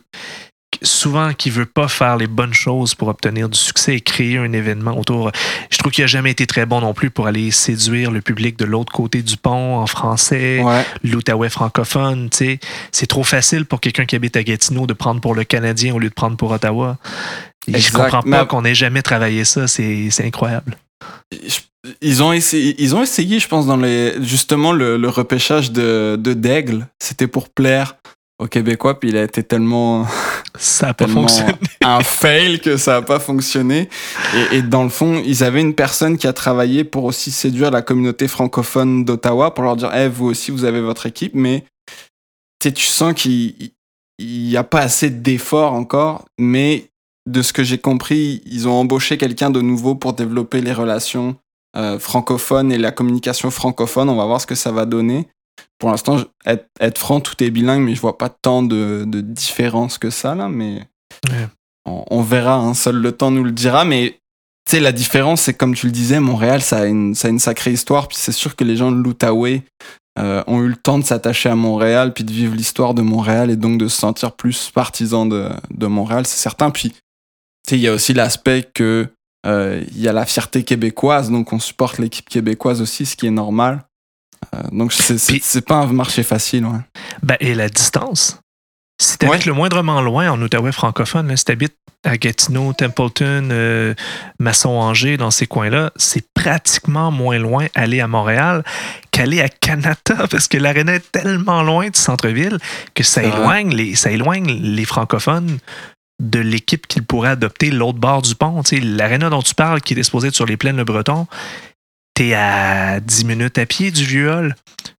pas faire les bonnes choses pour obtenir du succès et créer un événement autour. Je trouve qu'il n'a jamais été très bon non plus pour aller séduire le public de l'autre côté du pont en français, l'Outaouais francophone. T'sais. C'est trop facile pour quelqu'un qui habite à Gatineau de prendre pour le Canadien au lieu de prendre pour Ottawa. Et je comprends pas qu'on n'ait jamais travaillé ça. C'est incroyable.
Ils ont essayé, je pense, justement le repêchage de d'Aigle. C'était pour plaire aux Québécois, puis il a été tellement
Ça n'a pas
tellement
fonctionné.
un fail que ça n'a pas fonctionné. Et dans le fond, ils avaient une personne qui a travaillé pour aussi séduire la communauté francophone d'Ottawa, pour leur dire, vous aussi, vous avez votre équipe, mais tu sens qu'il n'y a pas assez d'efforts encore, mais de ce que j'ai compris, ils ont embauché quelqu'un de nouveau pour développer les relations francophones et la communication francophone. On va voir ce que ça va donner. Pour l'instant, être franc, tout est bilingue, mais je vois pas tant de différence que ça, là, mais
Ouais.
on verra, hein, seul le temps nous le dira, mais tu sais, la différence, c'est comme tu le disais, Montréal, ça a une sacrée histoire, puis c'est sûr que les gens de l'Outaouais ont eu le temps de s'attacher à Montréal, puis de vivre l'histoire de Montréal, et donc de se sentir plus partisans de Montréal, c'est certain. Puis, tu sais, il y a aussi l'aspect que il y a la fierté québécoise, donc on supporte l'équipe québécoise aussi, ce qui est normal. Donc, c'est pas un marché facile, ouais.
Ben, et la distance. Si tu habites le moindrement loin en Outaouais francophone, là, si tu habites à Gatineau, Templeton, Masson-Angers, dans ces coins-là, c'est pratiquement moins loin aller à Montréal qu'aller à Canada, parce que l'aréna est tellement loin du centre-ville que ça éloigne les francophones de l'équipe qu'ils pourraient adopter l'autre bord du pont. Tu sais, l'aréna dont tu parles, qui est disposée sur les plaines Le Breton, t'es à 10 minutes à pied du Vieux-Hall.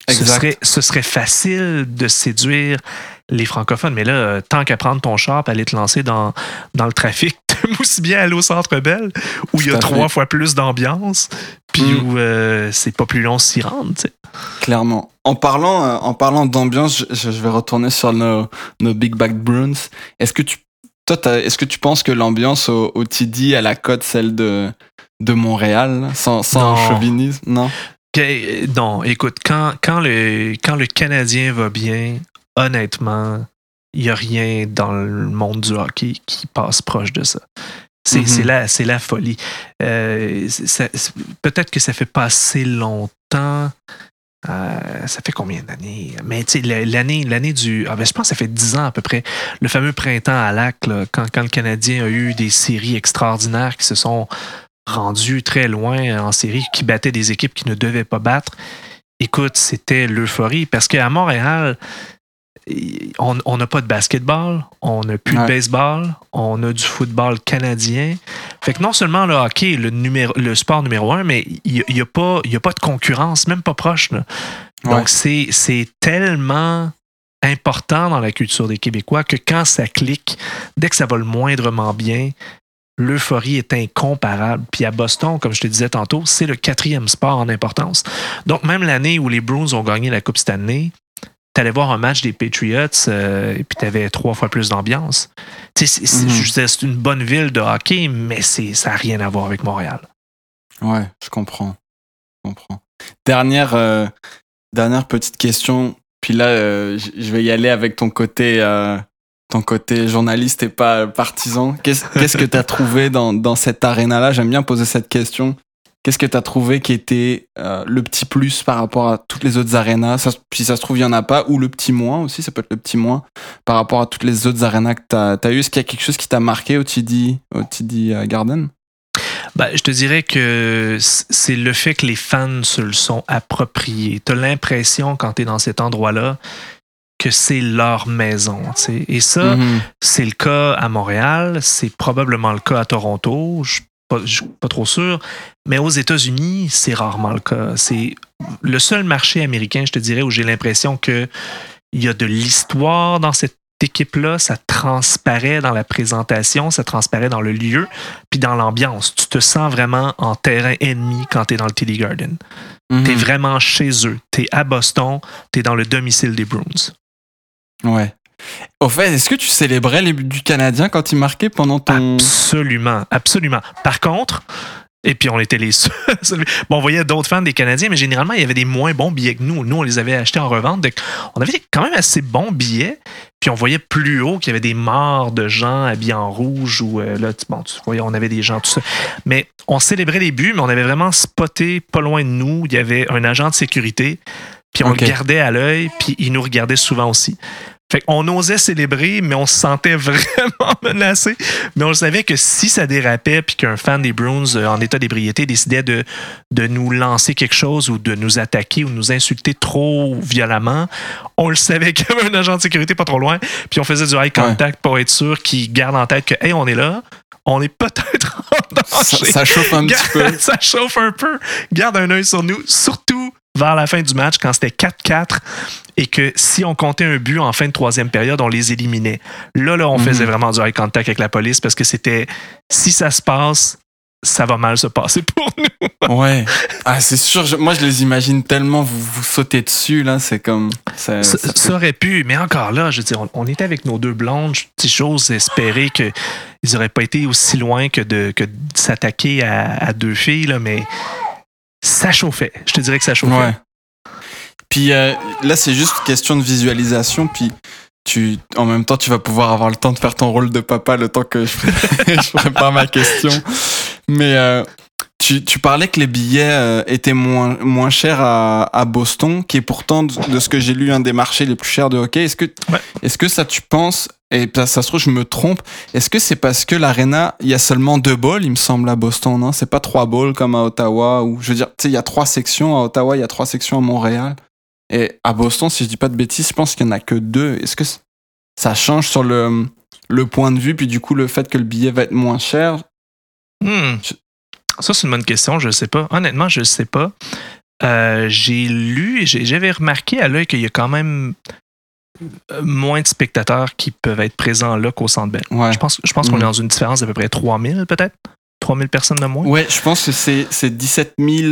Ce serait facile de séduire les francophones, mais là, tant qu'à prendre ton char et aller te lancer dans le trafic, t'aimes aussi bien aller au Centre Bell, où il y a 3 fois plus d'ambiance, puis où c'est pas plus long s'y rendre. T'sais.
Clairement. En parlant d'ambiance, je vais retourner sur nos Big Bad Bruins. Est-ce que tu penses que l'ambiance au TD, elle accote celle de Montréal, là, sans chauvinisme? Non.
Non, écoute, quand le Canadien va bien, honnêtement, il n'y a rien dans le monde du hockey qui passe proche de ça. C'est la folie. Peut-être que ça fait pas assez longtemps. Ça fait combien d'années? Mais tu sais, l'année du... je pense que ça fait 10 ans à peu près. Le fameux printemps à Lac, là, quand le Canadien a eu des séries extraordinaires qui se sont rendues très loin en série, qui battaient des équipes qui ne devaient pas battre. Écoute, c'était l'euphorie. Parce qu'à Montréal, on n'a pas de basketball, on n'a plus de baseball, on a du football canadien. Fait que non seulement le hockey est le sport numéro 1, mais il n'y a pas de concurrence, même pas proche. Là. Donc, c'est tellement important dans la culture des Québécois que quand ça clique, dès que ça va le moindrement bien, l'euphorie est incomparable. Puis à Boston, comme je te disais tantôt, c'est le 4e sport en importance. Donc, même l'année où les Bruins ont gagné la Coupe Stanley, t'allais voir un match des Patriots et puis t'avais 3 fois plus d'ambiance. C'est une bonne ville de hockey, mais ça n'a rien à voir avec Montréal.
Ouais, je comprends. Dernière petite question, puis là, je vais y aller avec ton côté journaliste et pas partisan. Qu'est-ce que t'as trouvé dans cette aréna-là? J'aime bien poser cette question. Qu'est-ce que tu as trouvé qui était le petit plus par rapport à toutes les autres arénas? Si ça se trouve, il n'y en a pas. Ou le petit moins aussi, ça peut être le petit moins par rapport à toutes les autres arénas que tu as eues. Est-ce qu'il y a quelque chose qui t'a marqué au TD Garden?
Je te dirais que c'est le fait que les fans se le sont appropriés. Tu as l'impression, quand tu es dans cet endroit-là, que c'est leur maison. T'sais. Et ça, c'est le cas à Montréal, c'est probablement le cas à Toronto. Je suis pas trop sûr, mais aux États-Unis, c'est rarement le cas. C'est le seul marché américain, je te dirais, où j'ai l'impression qu'il y a de l'histoire dans cette équipe-là. Ça transparaît dans la présentation, ça transparaît dans le lieu, puis dans l'ambiance. Tu te sens vraiment en terrain ennemi quand tu es dans le TD Garden. Tu es vraiment chez eux. Tu es à Boston, tu es dans le domicile des Bruins.
Ouais. Au fait, est-ce que tu célébrais les buts du Canadien quand il marquait pendant ton...
Absolument. Par contre, et puis on était les seuls. Bon, on voyait d'autres fans des Canadiens, mais généralement, il y avait des moins bons billets que nous. Nous, on les avait achetés en revente. Donc, on avait quand même assez bons billets. Puis on voyait plus haut qu'il y avait des morts de gens habillés en rouge. Ou là, tu voyais, on avait des gens, tout ça. Mais on célébrait les buts, mais on avait vraiment spoté pas loin de nous. Il y avait un agent de sécurité. Puis on le gardait à l'œil, puis il nous regardait souvent aussi. Fait qu'on osait célébrer, mais on se sentait vraiment menacé. Mais on savait que si ça dérapait puis qu'un fan des Bruins en état d'ébriété décidait de nous lancer quelque chose ou de nous attaquer ou nous insulter trop violemment, on le savait qu'il y avait un agent de sécurité pas trop loin. Puis on faisait du eye contact pour être sûr qu'il garde en tête que, hey, on est là. On est peut-être en danger.
Ça chauffe un petit peu.
Ça chauffe un peu. Garde un œil sur nous, surtout vers la fin du match, quand c'était 4-4, et que si on comptait un but en fin de troisième période, on les éliminait. Là, on faisait vraiment du eye contact avec la police parce que c'était, si ça se passe, ça va mal se passer pour nous.
Ouais. Ah, c'est sûr. Moi, je les imagine tellement vous sautez dessus, là. C'est comme...
Ça aurait pu, mais encore là, je veux dire, on était avec nos deux blondes. J'ose espérer qu'ils n'auraient pas été aussi loin que de s'attaquer à deux filles, là, mais... Ça chauffait. Je te dirais que ça chauffait.
Ouais. Puis là, c'est juste une question de visualisation. Puis en même temps, tu vas pouvoir avoir le temps de faire ton rôle de papa le temps que je prépare ma question. Mais tu parlais que les billets étaient moins chers à Boston, qui est pourtant, de ce que j'ai lu, un des marchés les plus chers de hockey. Est-ce que ça, tu penses, et ça se trouve, je me trompe, est-ce que c'est parce que l'aréna, il y a seulement 2 balls, il me semble, à Boston, non? C'est pas 3 balls comme à Ottawa, ou je veux dire, tu sais, il y a 3 sections à Ottawa, il y a 3 sections à Montréal. Et à Boston, si je dis pas de bêtises, je pense qu'il y en a que 2. Est-ce que ça change sur le point de vue, puis du coup, le fait que le billet va être moins cher?
Ça, c'est une bonne question, je sais pas. Honnêtement, je sais pas. J'ai lu et j'avais remarqué à l'œil qu'il y a quand même moins de spectateurs qui peuvent être présents là qu'au Centre Bell.
Ouais.
Je pense qu'on est dans une différence d'à peu près 3000 peut-être. 3000 personnes de moins.
Ouais, je pense que c'est 17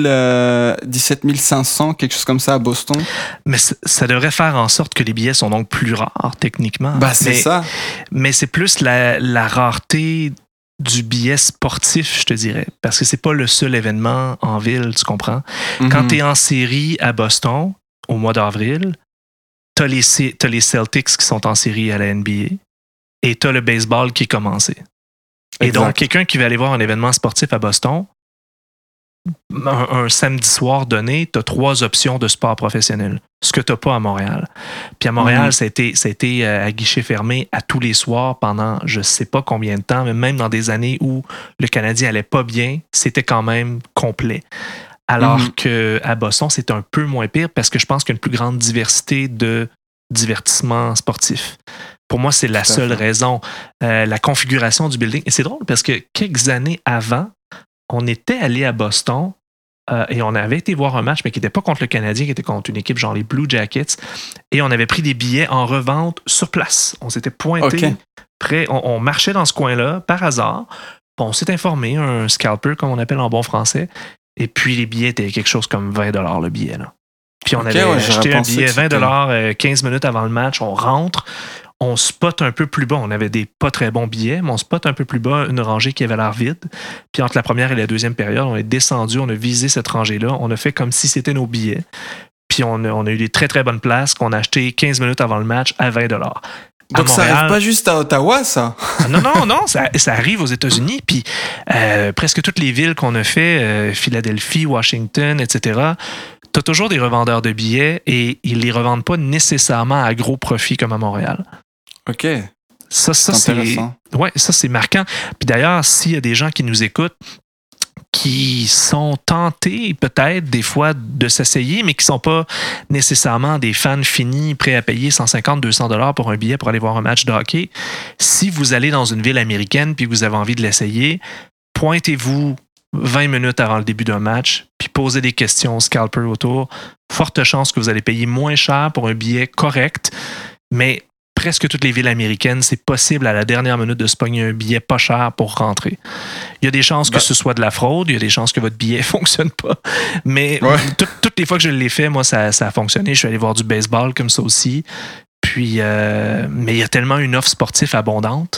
500, quelque chose comme ça à Boston.
Mais ça devrait faire en sorte que les billets sont donc plus rares, techniquement.
C'est ça.
Mais c'est plus la rareté du billet sportif, je te dirais. Parce que c'est pas le seul événement en ville, tu comprends? Quand tu es en série à Boston, au mois d'avril, t'as les Celtics qui sont en série à la NBA et t'as le baseball qui est commencé. Et donc, quelqu'un qui va aller voir un événement sportif à Boston, un samedi soir donné, t'as 3 options de sport professionnel, ce que t'as pas à Montréal. Puis à Montréal, ça a été à guichet fermé à tous les soirs pendant je sais pas combien de temps, mais même dans des années où le Canadien allait pas bien, c'était quand même complet. Alors qu'à Boston, c'est un peu moins pire parce que je pense qu'il y a une plus grande diversité de divertissements sportifs. Pour moi, c'est la seule raison. La configuration du building. Et c'est drôle parce que quelques années avant, on était allé à Boston et on avait été voir un match, mais qui n'était pas contre le Canadien, qui était contre une équipe genre les Blue Jackets. Et on avait pris des billets en revente sur place. On s'était pointé près. On marchait dans ce coin-là par hasard. On s'est informé, un scalper, comme on appelle en bon français. Et puis, les billets étaient quelque chose comme 20 $ le billet. Là. Puis, on avait acheté un billet 20 $ 15 minutes avant le match. On rentre, on spot un peu plus bas. On avait des pas très bons billets, mais on spot un peu plus bas une rangée qui avait l'air vide. Puis, entre la première et la deuxième période, on est descendu, on a visé cette rangée-là. On a fait comme si c'était nos billets. Puis, on a eu des très, très bonnes places qu'on a achetées 15 minutes avant le match à 20 $.
Donc Montréal, ça arrive pas juste à Ottawa, ça?
Non, ça arrive aux États-Unis. Puis presque toutes les villes qu'on a fait, Philadelphie, Washington, etc., tu as toujours des revendeurs de billets et ils les revendent pas nécessairement à gros profit comme à Montréal.
OK.
Ça c'est ouais, ça c'est marquant. Puis d'ailleurs, s'il y a des gens qui nous écoutent qui sont tentés peut-être des fois de s'essayer, mais qui ne sont pas nécessairement des fans finis, prêts à payer 150-200 $ pour un billet pour aller voir un match de hockey. Si vous allez dans une ville américaine puis vous avez envie de l'essayer, pointez-vous 20 minutes avant le début d'un match puis posez des questions au scalper autour. Forte chance que vous allez payer moins cher pour un billet correct, mais presque toutes les villes américaines, c'est possible à la dernière minute de se pogner un billet pas cher pour rentrer. Il y a des chances que ce soit de la fraude, il y a des chances que votre billet ne fonctionne pas. Mais toutes les fois que je l'ai fait, moi, ça a fonctionné. Je suis allé voir du baseball comme ça aussi. Puis, mais il y a tellement une offre sportive abondante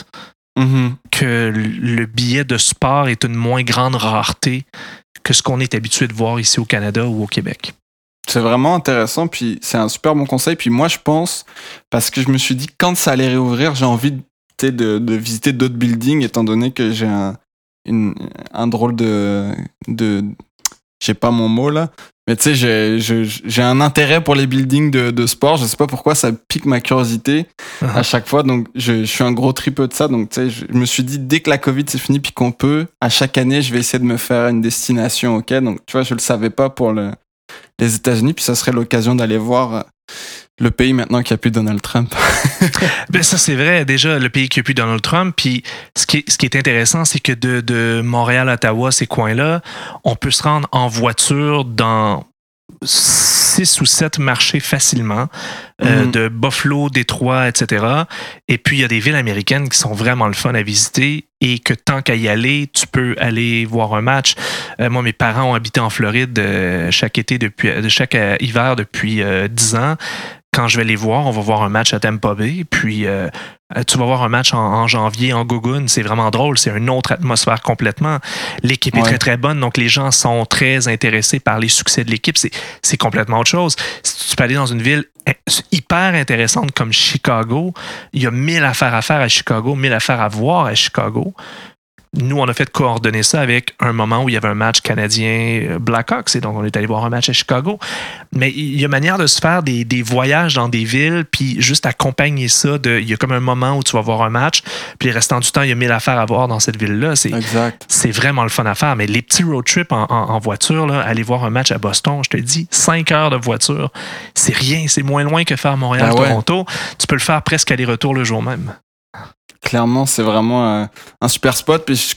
que le billet de sport est une moins grande rareté que ce qu'on est habitué de voir ici au Canada ou au Québec.
C'est vraiment intéressant, puis c'est un super bon conseil. Puis moi, je pense, parce que je me suis dit, quand ça allait réouvrir, j'ai envie de visiter d'autres buildings, étant donné que j'ai un drôle de j'ai pas mon mot là, Mais tu sais, j'ai un intérêt pour les buildings de sport. Je sais pas pourquoi ça pique ma curiosité à chaque fois. Donc, je suis un gros tripeux de ça. Donc, tu sais, je me suis dit, dès que la COVID c'est fini puis qu'on peut, à chaque année, je vais essayer de me faire une destination. Ok, donc tu vois, je le savais pas pour les États-Unis. Puis ça serait l'occasion d'aller voir le pays maintenant qu'il n'y a plus Donald Trump.
Ben ça, c'est vrai. Déjà, le pays qui n'a plus Donald Trump. Puis ce qui est intéressant, c'est que de Montréal à Ottawa, ces coins-là, on peut se rendre en voiture dans 6 ou 7 marchés facilement, de Buffalo, Détroit, etc. Et puis, il y a des villes américaines qui sont vraiment le fun à visiter et que tant qu'à y aller, tu peux aller voir un match. Moi, mes parents ont habité en Floride chaque hiver depuis 10 ans. Quand je vais les voir, on va voir un match à Tampa Bay, puis tu vas voir un match en janvier en Gogun. C'est vraiment drôle, c'est une autre atmosphère complètement. L'équipe est très, très bonne, donc les gens sont très intéressés par les succès de l'équipe. C'est complètement autre chose. Si tu peux aller dans une ville hyper intéressante comme Chicago, il y a 1000 affaires à faire à Chicago, 1000 affaires à voir à Chicago. Nous, on a fait coordonner ça avec un moment où il y avait un match canadien Blackhawks, et donc on est allé voir un match à Chicago. Mais il y a manière de se faire des voyages dans des villes, puis juste accompagner ça. Il y a comme un moment où tu vas voir un match, puis le restant du temps, il y a 1000 affaires à voir dans cette ville-là. C'est vraiment le fun à faire. Mais les petits road trips en voiture, là, aller voir un match à Boston, je te dis, 5 heures de voiture, c'est rien. C'est moins loin que faire Montréal-Toronto. Tu peux le faire presque aller-retour le jour même.
Clairement, c'est vraiment un super spot, puis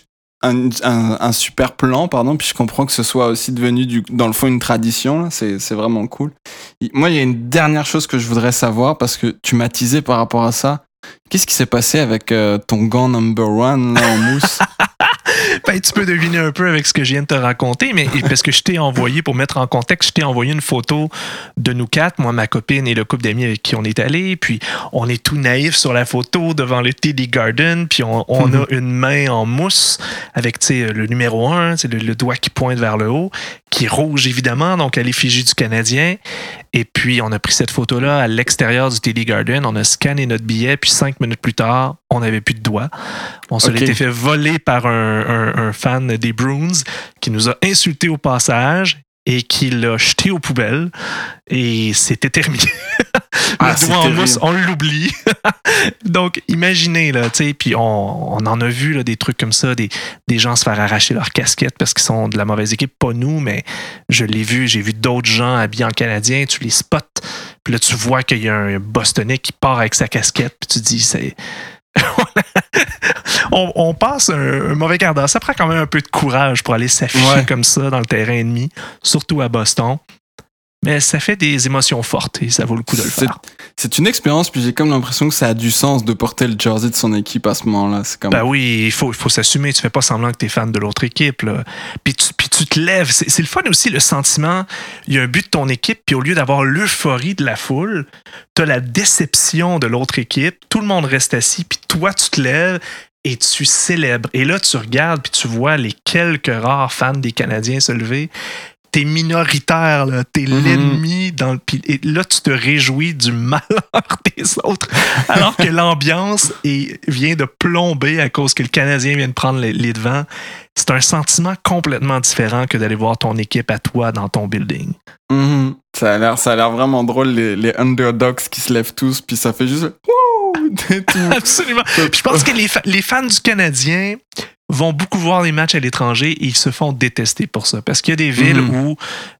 un super plan, pardon, puis je comprends que ce soit aussi devenu dans le fond une tradition, là. C'est vraiment cool. Moi, il y a une dernière chose que je voudrais savoir, parce que tu m'as teasé par rapport à ça. Qu'est-ce qui s'est passé avec ton gant number 1 là, en mousse?
Ben, tu peux deviner un peu avec ce que je viens de te raconter, mais parce que je t'ai envoyé, pour mettre en contexte, je t'ai envoyé une photo de nous 4, moi, ma copine et le couple d'amis avec qui on est allés, puis on est tout naïf sur la photo devant le TD Garden, puis on a une main en mousse avec le numéro 1, le doigt qui pointe vers le haut, qui est rouge évidemment, donc à l'effigie du Canadien. Et puis on a pris cette photo-là à l'extérieur du TD Garden, on a scanné notre billet, puis 5 minutes plus tard, on n'avait plus de doigts. On se l'était fait voler par un fan des Bruins qui nous a insultés au passage et qui l'a jeté aux poubelles. Et c'était terminé. Le doigt en mousse, on l'oublie. Donc, imaginez, là, tu sais, puis on en a vu là, des trucs comme ça, des gens se faire arracher leur casquette parce qu'ils sont de la mauvaise équipe, pas nous, mais je l'ai vu, j'ai vu d'autres gens habillés en Canadien, tu les spots, puis là, tu vois qu'il y a un Bostonais qui part avec sa casquette, puis tu dis, c'est... on passe un mauvais quart d'heure. Ça prend quand même un peu de courage pour aller s'afficher comme ça dans le terrain ennemi, surtout à Boston. Mais ça fait des émotions fortes et ça vaut le coup de le faire.
C'est une expérience, puis j'ai comme l'impression que ça a du sens de porter le jersey de son équipe à ce moment-là. C'est comme...
Ben oui, il faut s'assumer. Tu fais pas semblant que t'es fan de l'autre équipe, là. Puis tu te lèves. C'est le fun aussi, le sentiment. Il y a un but de ton équipe, puis au lieu d'avoir l'euphorie de la foule, t'as la déception de l'autre équipe. Tout le monde reste assis, puis toi, tu te lèves et tu célèbres. Et là, tu regardes, puis tu vois les quelques rares fans des Canadiens se lever. T'es minoritaire, là. T'es l'ennemi dans le... Et là, tu te réjouis du malheur des autres, alors que l'ambiance vient de plomber à cause que le Canadien vient de prendre les devants. C'est un sentiment complètement différent que d'aller voir ton équipe à toi dans ton building.
Ça a l'air vraiment drôle, les underdogs qui se lèvent tous, puis ça fait juste...
Absolument. Puis je pense que les fans du Canadien vont beaucoup voir les matchs à l'étranger et ils se font détester pour ça. Parce qu'il y a des villes où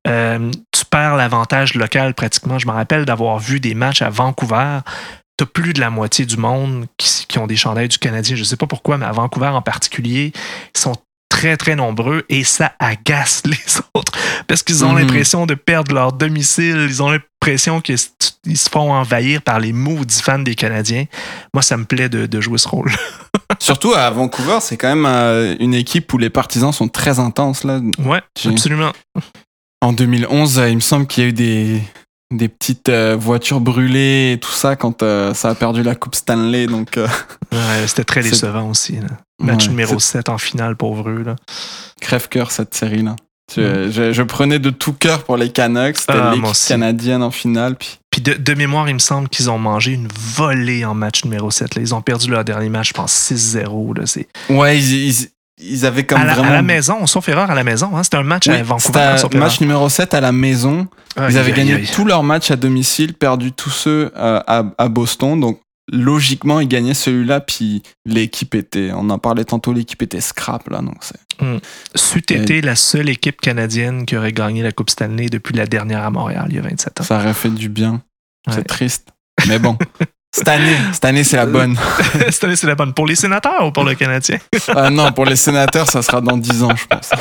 tu perds l'avantage local pratiquement. Je me rappelle d'avoir vu des matchs à Vancouver. T'as plus de la moitié du monde qui ont des chandails du Canadien. Je sais pas pourquoi, mais à Vancouver en particulier, ils sont très, très nombreux et ça agace les autres parce qu'ils ont l'impression de perdre leur domicile. Ils ont l'impression qu'ils se font envahir par les maudits fans des Canadiens. Moi, ça me plaît de jouer ce rôle.
Surtout à Vancouver, c'est quand même une équipe où les partisans sont très intenses, là.
Ouais, absolument.
En 2011, il me semble qu'il y a eu des petites voitures brûlées et tout ça quand ça a perdu la Coupe Stanley. Donc,
ouais, c'était très décevant aussi, là. Match numéro 7 en finale, pauvre eux, là.
Crève-cœur, cette série-là. Je prenais de tout cœur pour les Canucks. C'était l'équipe canadienne en finale.
Puis de mémoire, il me semble qu'ils ont mangé une volée en match numéro 7. Là. Ils ont perdu leur dernier match, je pense, 6-0. Là.
Ouais, ils avaient comme
à la
vraiment...
maison, sauf erreur à la maison. Hein. C'était un match à Vancouver.
C'était match numéro 7 à la maison. Ils avaient gagné tous leurs matchs à domicile, perdu tous ceux à Boston. Donc, logiquement, ils gagnaient celui-là. Puis l'équipe était... On en parlait tantôt, l'équipe était scrap, là. Donc
c'eût été la seule équipe canadienne qui aurait gagné la Coupe Stanley depuis la dernière à Montréal, il y a 27 ans.
Ça aurait fait du bien. C'est triste. Mais bon... Cette année, c'est la bonne.
Cette année, c'est la bonne. Pour les sénateurs ou pour le Canadien?
Non, pour les sénateurs, ça sera dans 10 ans, je pense.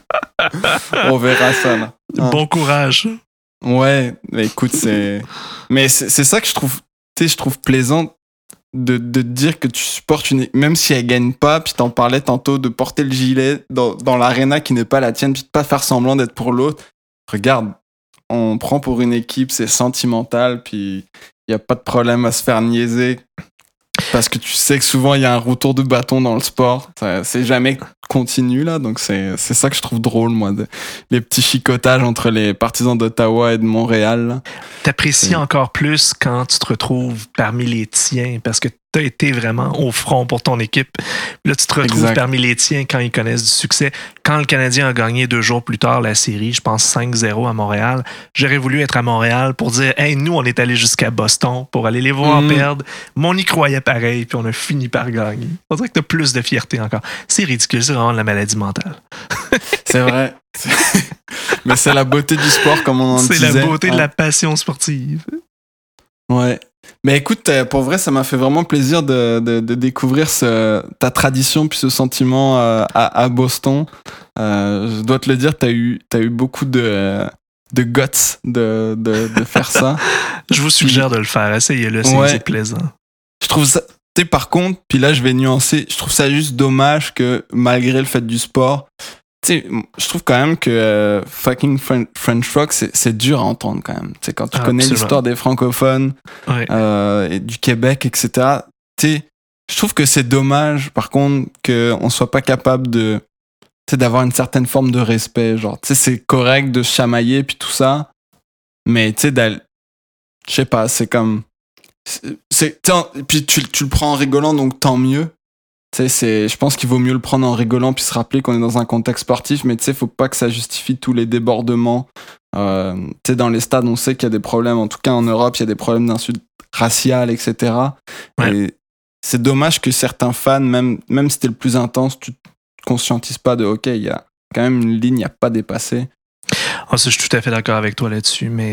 On verra ça, là.
Bon courage.
Ouais, mais écoute, Mais c'est ça que je trouve plaisant de dire que tu supportes même si elle gagne pas, puis t'en parlais tantôt de porter le gilet dans l'aréna qui n'est pas la tienne, puis de pas faire semblant d'être pour l'autre. Regarde, on prend pour une équipe, c'est sentimental, puis il n'y a pas de problème à se faire niaiser parce que tu sais que souvent il y a un retour de bâton dans le sport. C'est jamais continu, là, donc c'est ça que je trouve drôle, moi, les petits chicotages entre les partisans d'Ottawa et de Montréal, là.
T'apprécies encore plus quand tu te retrouves parmi les tiens parce que t'as été vraiment au front pour ton équipe. Là, tu te retrouves parmi les tiens quand ils connaissent du succès. Quand le Canadien a gagné 2 jours plus tard la série, je pense 5-0 à Montréal, j'aurais voulu être à Montréal pour dire « Hey, nous, on est allés jusqu'à Boston pour aller les voir perdre. Mais on y croyait pareil, puis on a fini par gagner. » On dirait que t'as plus de fierté encore. C'est ridicule, c'est vraiment de la maladie mentale.
C'est vrai. Mais c'est la beauté du sport, comme on en disait.
C'est la beauté de la passion sportive.
Ouais. Mais écoute, pour vrai, ça m'a fait vraiment plaisir de découvrir ta tradition puis ce sentiment à Boston. Je dois te le dire, t'as eu beaucoup de guts de faire ça.
Je vous suggère de le faire. Essayez-le, c'est plaisant.
Je trouve ça... Tu sais, par contre, puis là, je vais nuancer. Je trouve ça juste dommage que, malgré le fait du sport... Tu sais, je trouve quand même que fucking French rock, c'est dur à entendre quand même. Tu sais, quand tu connais l'histoire des francophones et du Québec, etc. Tu sais, je trouve que c'est dommage, par contre, qu'on soit pas capable de, tu sais, d'avoir une certaine forme de respect. Genre, tu sais, c'est correct de se chamailler puis tout ça, mais tu sais, je sais pas, c'est comme, puis tu le prends en rigolant, donc tant mieux. Tu sais, je pense qu'il vaut mieux le prendre en rigolant puis se rappeler qu'on est dans un contexte sportif, mais tu sais, faut pas que ça justifie tous les débordements. Tu sais, dans les stades, on sait qu'il y a des problèmes. En tout cas, en Europe, il y a des problèmes d'insultes raciales, etc. Ouais. Et c'est dommage que certains fans, même si t'es le plus intense, tu te conscientises pas de OK, il y a quand même une ligne à pas dépasser.
Oh, ça, je suis tout à fait d'accord avec toi là-dessus, mais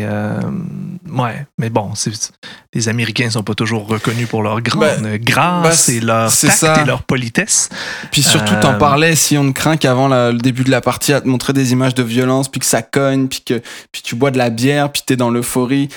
mais bon, les Américains sont pas toujours reconnus pour leur grande grâce et leur tact et leur politesse.
Puis surtout, t'en parlais, si on craint qu'avant le début de la partie, à te montrer des images de violence, puis que ça cogne, puis tu bois de la bière, puis t'es dans l'euphorie.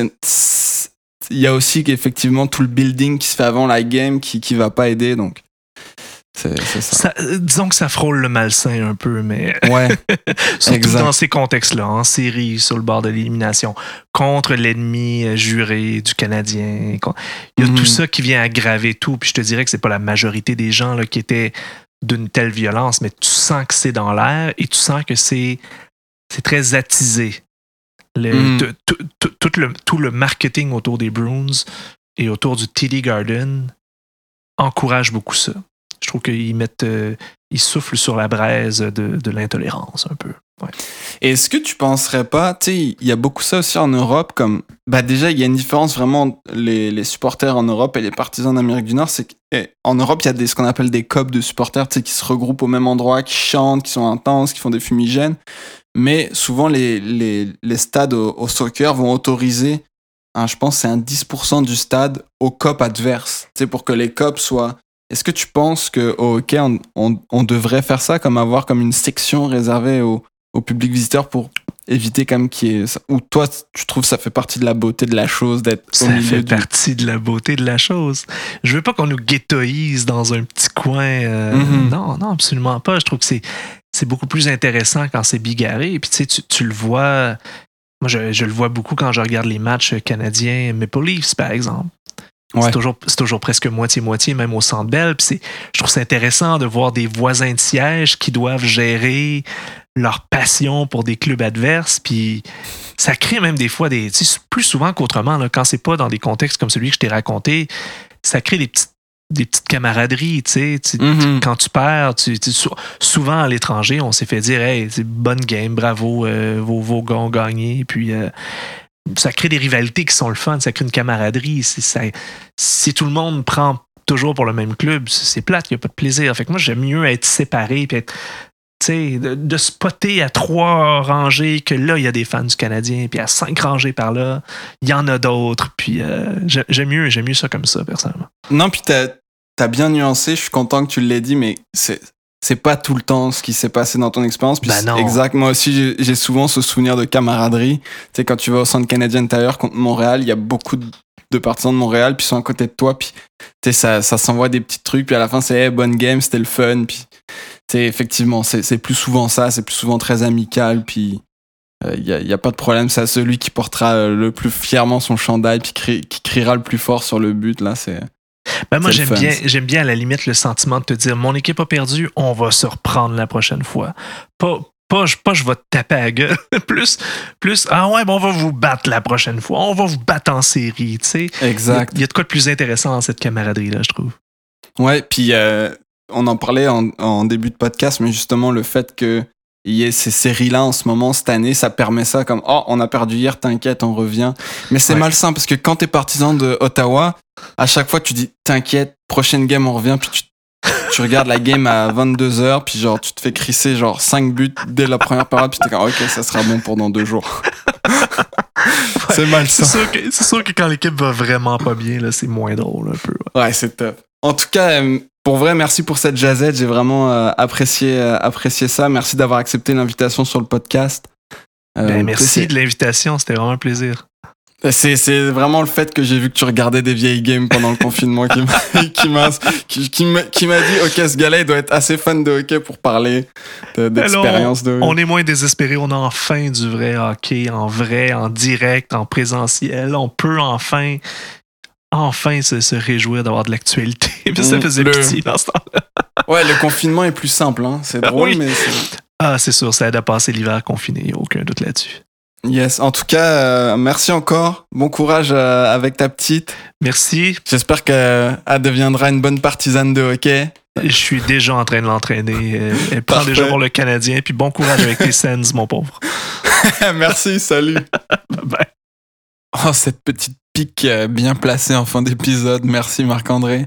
Il y a aussi qu'effectivement tout le building qui se fait avant la game qui va pas aider, donc... C'est ça.
Disons que ça frôle le malsain un peu, mais
ouais,
surtout dans ces contextes-là, en série, sur le bord de l'élimination, contre l'ennemi juré du Canadien. Il y a tout ça qui vient aggraver tout. Puis je te dirais que c'est pas la majorité des gens là, qui étaient d'une telle violence, mais tu sens que c'est dans l'air et tu sens que c'est très attisé. Tout le marketing autour des Bruins et autour du TD Garden encourage beaucoup ça. Je trouve qu'ils ils soufflent sur la braise de l'intolérance un peu. Ouais.
Et est-ce que tu penserais pas, tu sais, il y a beaucoup ça aussi en Europe, comme, déjà, il y a une différence vraiment, les supporters en Europe et les partisans d'Amérique du Nord, c'est qu'en Europe, il y a ce qu'on appelle des clubs de supporters, tu sais, qui se regroupent au même endroit, qui chantent, qui sont intenses, qui font des fumigènes. Mais souvent, les stades au soccer vont autoriser, je pense que c'est un 10% du stade aux copes adverses, tu sais, pour que les copes soient... Est-ce que tu penses qu'au hockey, on devrait faire ça, comme avoir comme une section réservée au public visiteur pour éviter comme qu'il y ait... Ou toi, tu trouves que ça fait partie de la beauté de la chose d'être au milieu
Ça fait partie de la beauté de la chose. Je veux pas qu'on nous ghettoise dans un petit coin. Non, absolument pas. Je trouve que c'est beaucoup plus intéressant quand c'est bigarré. Et puis tu le vois... Moi, je le vois beaucoup quand je regarde les matchs canadiens Maple Leafs, par exemple. Ouais. C'est toujours presque moitié-moitié, même au Centre Bell. Puis je trouve ça intéressant de voir des voisins de siège qui doivent gérer leur passion pour des clubs adverses. Puis ça crée même des fois plus souvent qu'autrement, là, quand c'est pas dans des contextes comme celui que je t'ai raconté, ça crée des des petites camaraderies, tu sais. Quand tu perds, souvent à l'étranger, on s'est fait dire, hey, c'est bonne game, bravo, vos gars ont gagné. Puis ça crée des rivalités qui sont le fun, ça crée une camaraderie. Si tout le monde prend toujours pour le même club, c'est plate, il n'y a pas de plaisir. Fait que moi, j'aime mieux être séparé puis être, de spotter à 3 rangées que là, il y a des fans du Canadien, puis à 5 rangées par là, il y en a d'autres. Puis j'aime mieux ça comme ça, personnellement.
Non, puis t'as bien nuancé, je suis content que tu l'aies dit, mais c'est pas tout le temps ce qui s'est passé dans ton expérience. Puis exact, moi aussi, j'ai souvent ce souvenir de camaraderie. Tu sais, quand tu vas au Centre Canadien Tire contre Montréal, il y a beaucoup de partisans de Montréal, puis ils sont à côté de toi, puis ça s'envoie des petits trucs, puis à la fin, c'est hey, bonne game, c'était le fun, puis effectivement, c'est plus souvent ça, c'est plus souvent très amical, puis il y a pas de problème, c'est à celui qui portera le plus fièrement son chandail, puis qui criera le plus fort sur le but, là, c'est...
moi, j'aime bien à la limite le sentiment de te dire mon équipe a perdu, on va se reprendre la prochaine fois. Pas je vais te taper à la gueule. plus ah ouais, on va vous battre la prochaine fois. On va vous battre en série, tu sais.
Exact.
Il y a de quoi de plus intéressant dans cette camaraderie-là, je trouve.
Ouais, puis on en parlait en début de podcast, mais justement, le fait que il y ait ces séries-là en ce moment, cette année, ça permet ça comme on a perdu hier, t'inquiète, on revient. Mais c'est malsain parce que quand t'es partisan de Ottawa, à chaque fois tu dis t'inquiète, prochaine game on revient, puis tu regardes la game à 22h, puis genre tu te fais crisser genre 5 buts dès la première période, puis t'es comme ok, ça sera bon pendant 2 jours. C'est malsain.
C'est sûr que quand l'équipe va vraiment pas bien, là, c'est moins drôle un peu.
Ouais, c'est top. En tout cas, pour vrai, merci pour cette jazzette. J'ai vraiment apprécié ça. Merci d'avoir accepté l'invitation sur le podcast.
Merci de l'invitation, c'était vraiment un plaisir.
C'est vraiment le fait que j'ai vu que tu regardais des vieilles games pendant le confinement qui m'a dit ok, ce gars-là il doit être assez fan de hockey pour parler d'expérience de...
On est moins désespérés, on a enfin du vrai hockey, en vrai, en direct, en présentiel. On peut enfin se réjouir d'avoir de l'actualité. Ça faisait pitié dans ce temps-là.
Ouais, le confinement est plus simple, hein. C'est drôle, mais
c'est sûr, ça aide à passer l'hiver confiné, il n'y a aucun doute là-dessus.
Yes, en tout cas, merci encore. Bon courage avec ta petite.
Merci.
J'espère qu'elle deviendra une bonne partisane de hockey.
Je suis déjà en train de l'entraîner. Elle prend déjà pour le Canadien. Puis bon courage avec tes Sens, mon pauvre.
Merci, salut.
Bye.
Oh, cette petite pique bien placée en fin d'épisode. Merci Marc-André.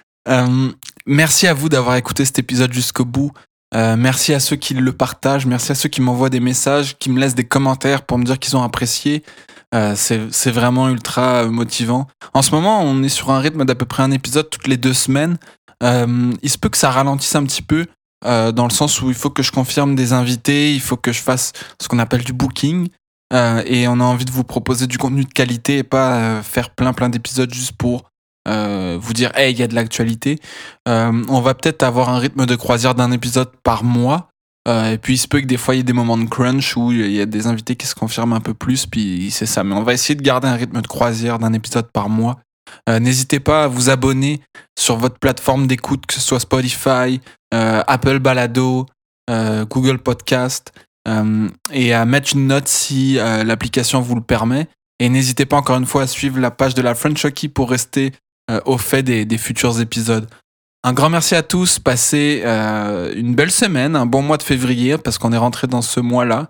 Merci à vous d'avoir écouté cet épisode jusqu'au bout. Merci à ceux qui le partagent, merci à ceux qui m'envoient des messages, qui me laissent des commentaires pour me dire qu'ils ont apprécié. C'est vraiment ultra motivant. En ce moment, on est sur un rythme d'à peu près un épisode toutes les 2 semaines. Il se peut que ça ralentisse un petit peu, dans le sens où il faut que je confirme des invités, il faut que je fasse ce qu'on appelle du booking. Et on a envie de vous proposer du contenu de qualité et pas faire plein d'épisodes juste pour vous dire hey, il y a de l'actualité. On va peut-être avoir un rythme de croisière d'un épisode par mois, et puis il se peut que des fois il y ait des moments de crunch où il y a des invités qui se confirment un peu plus, puis c'est ça, mais on va essayer de garder un rythme de croisière d'un épisode par mois. N'hésitez pas à vous abonner sur votre plateforme d'écoute, que ce soit Spotify, Apple Balado, Google Podcast, et à mettre une note si l'application vous le permet. Et n'hésitez pas encore une fois à suivre la page de la French Hockey pour rester au fait des futurs épisodes. Un grand merci à tous, passez une belle semaine, un bon mois de février parce qu'on est rentré dans ce mois-là.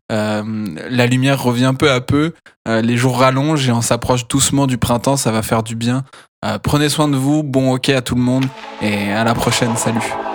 La lumière revient peu à peu, les jours rallongent et on s'approche doucement du printemps, ça va faire du bien. Prenez soin de vous, bon hockey à tout le monde et à la prochaine, salut.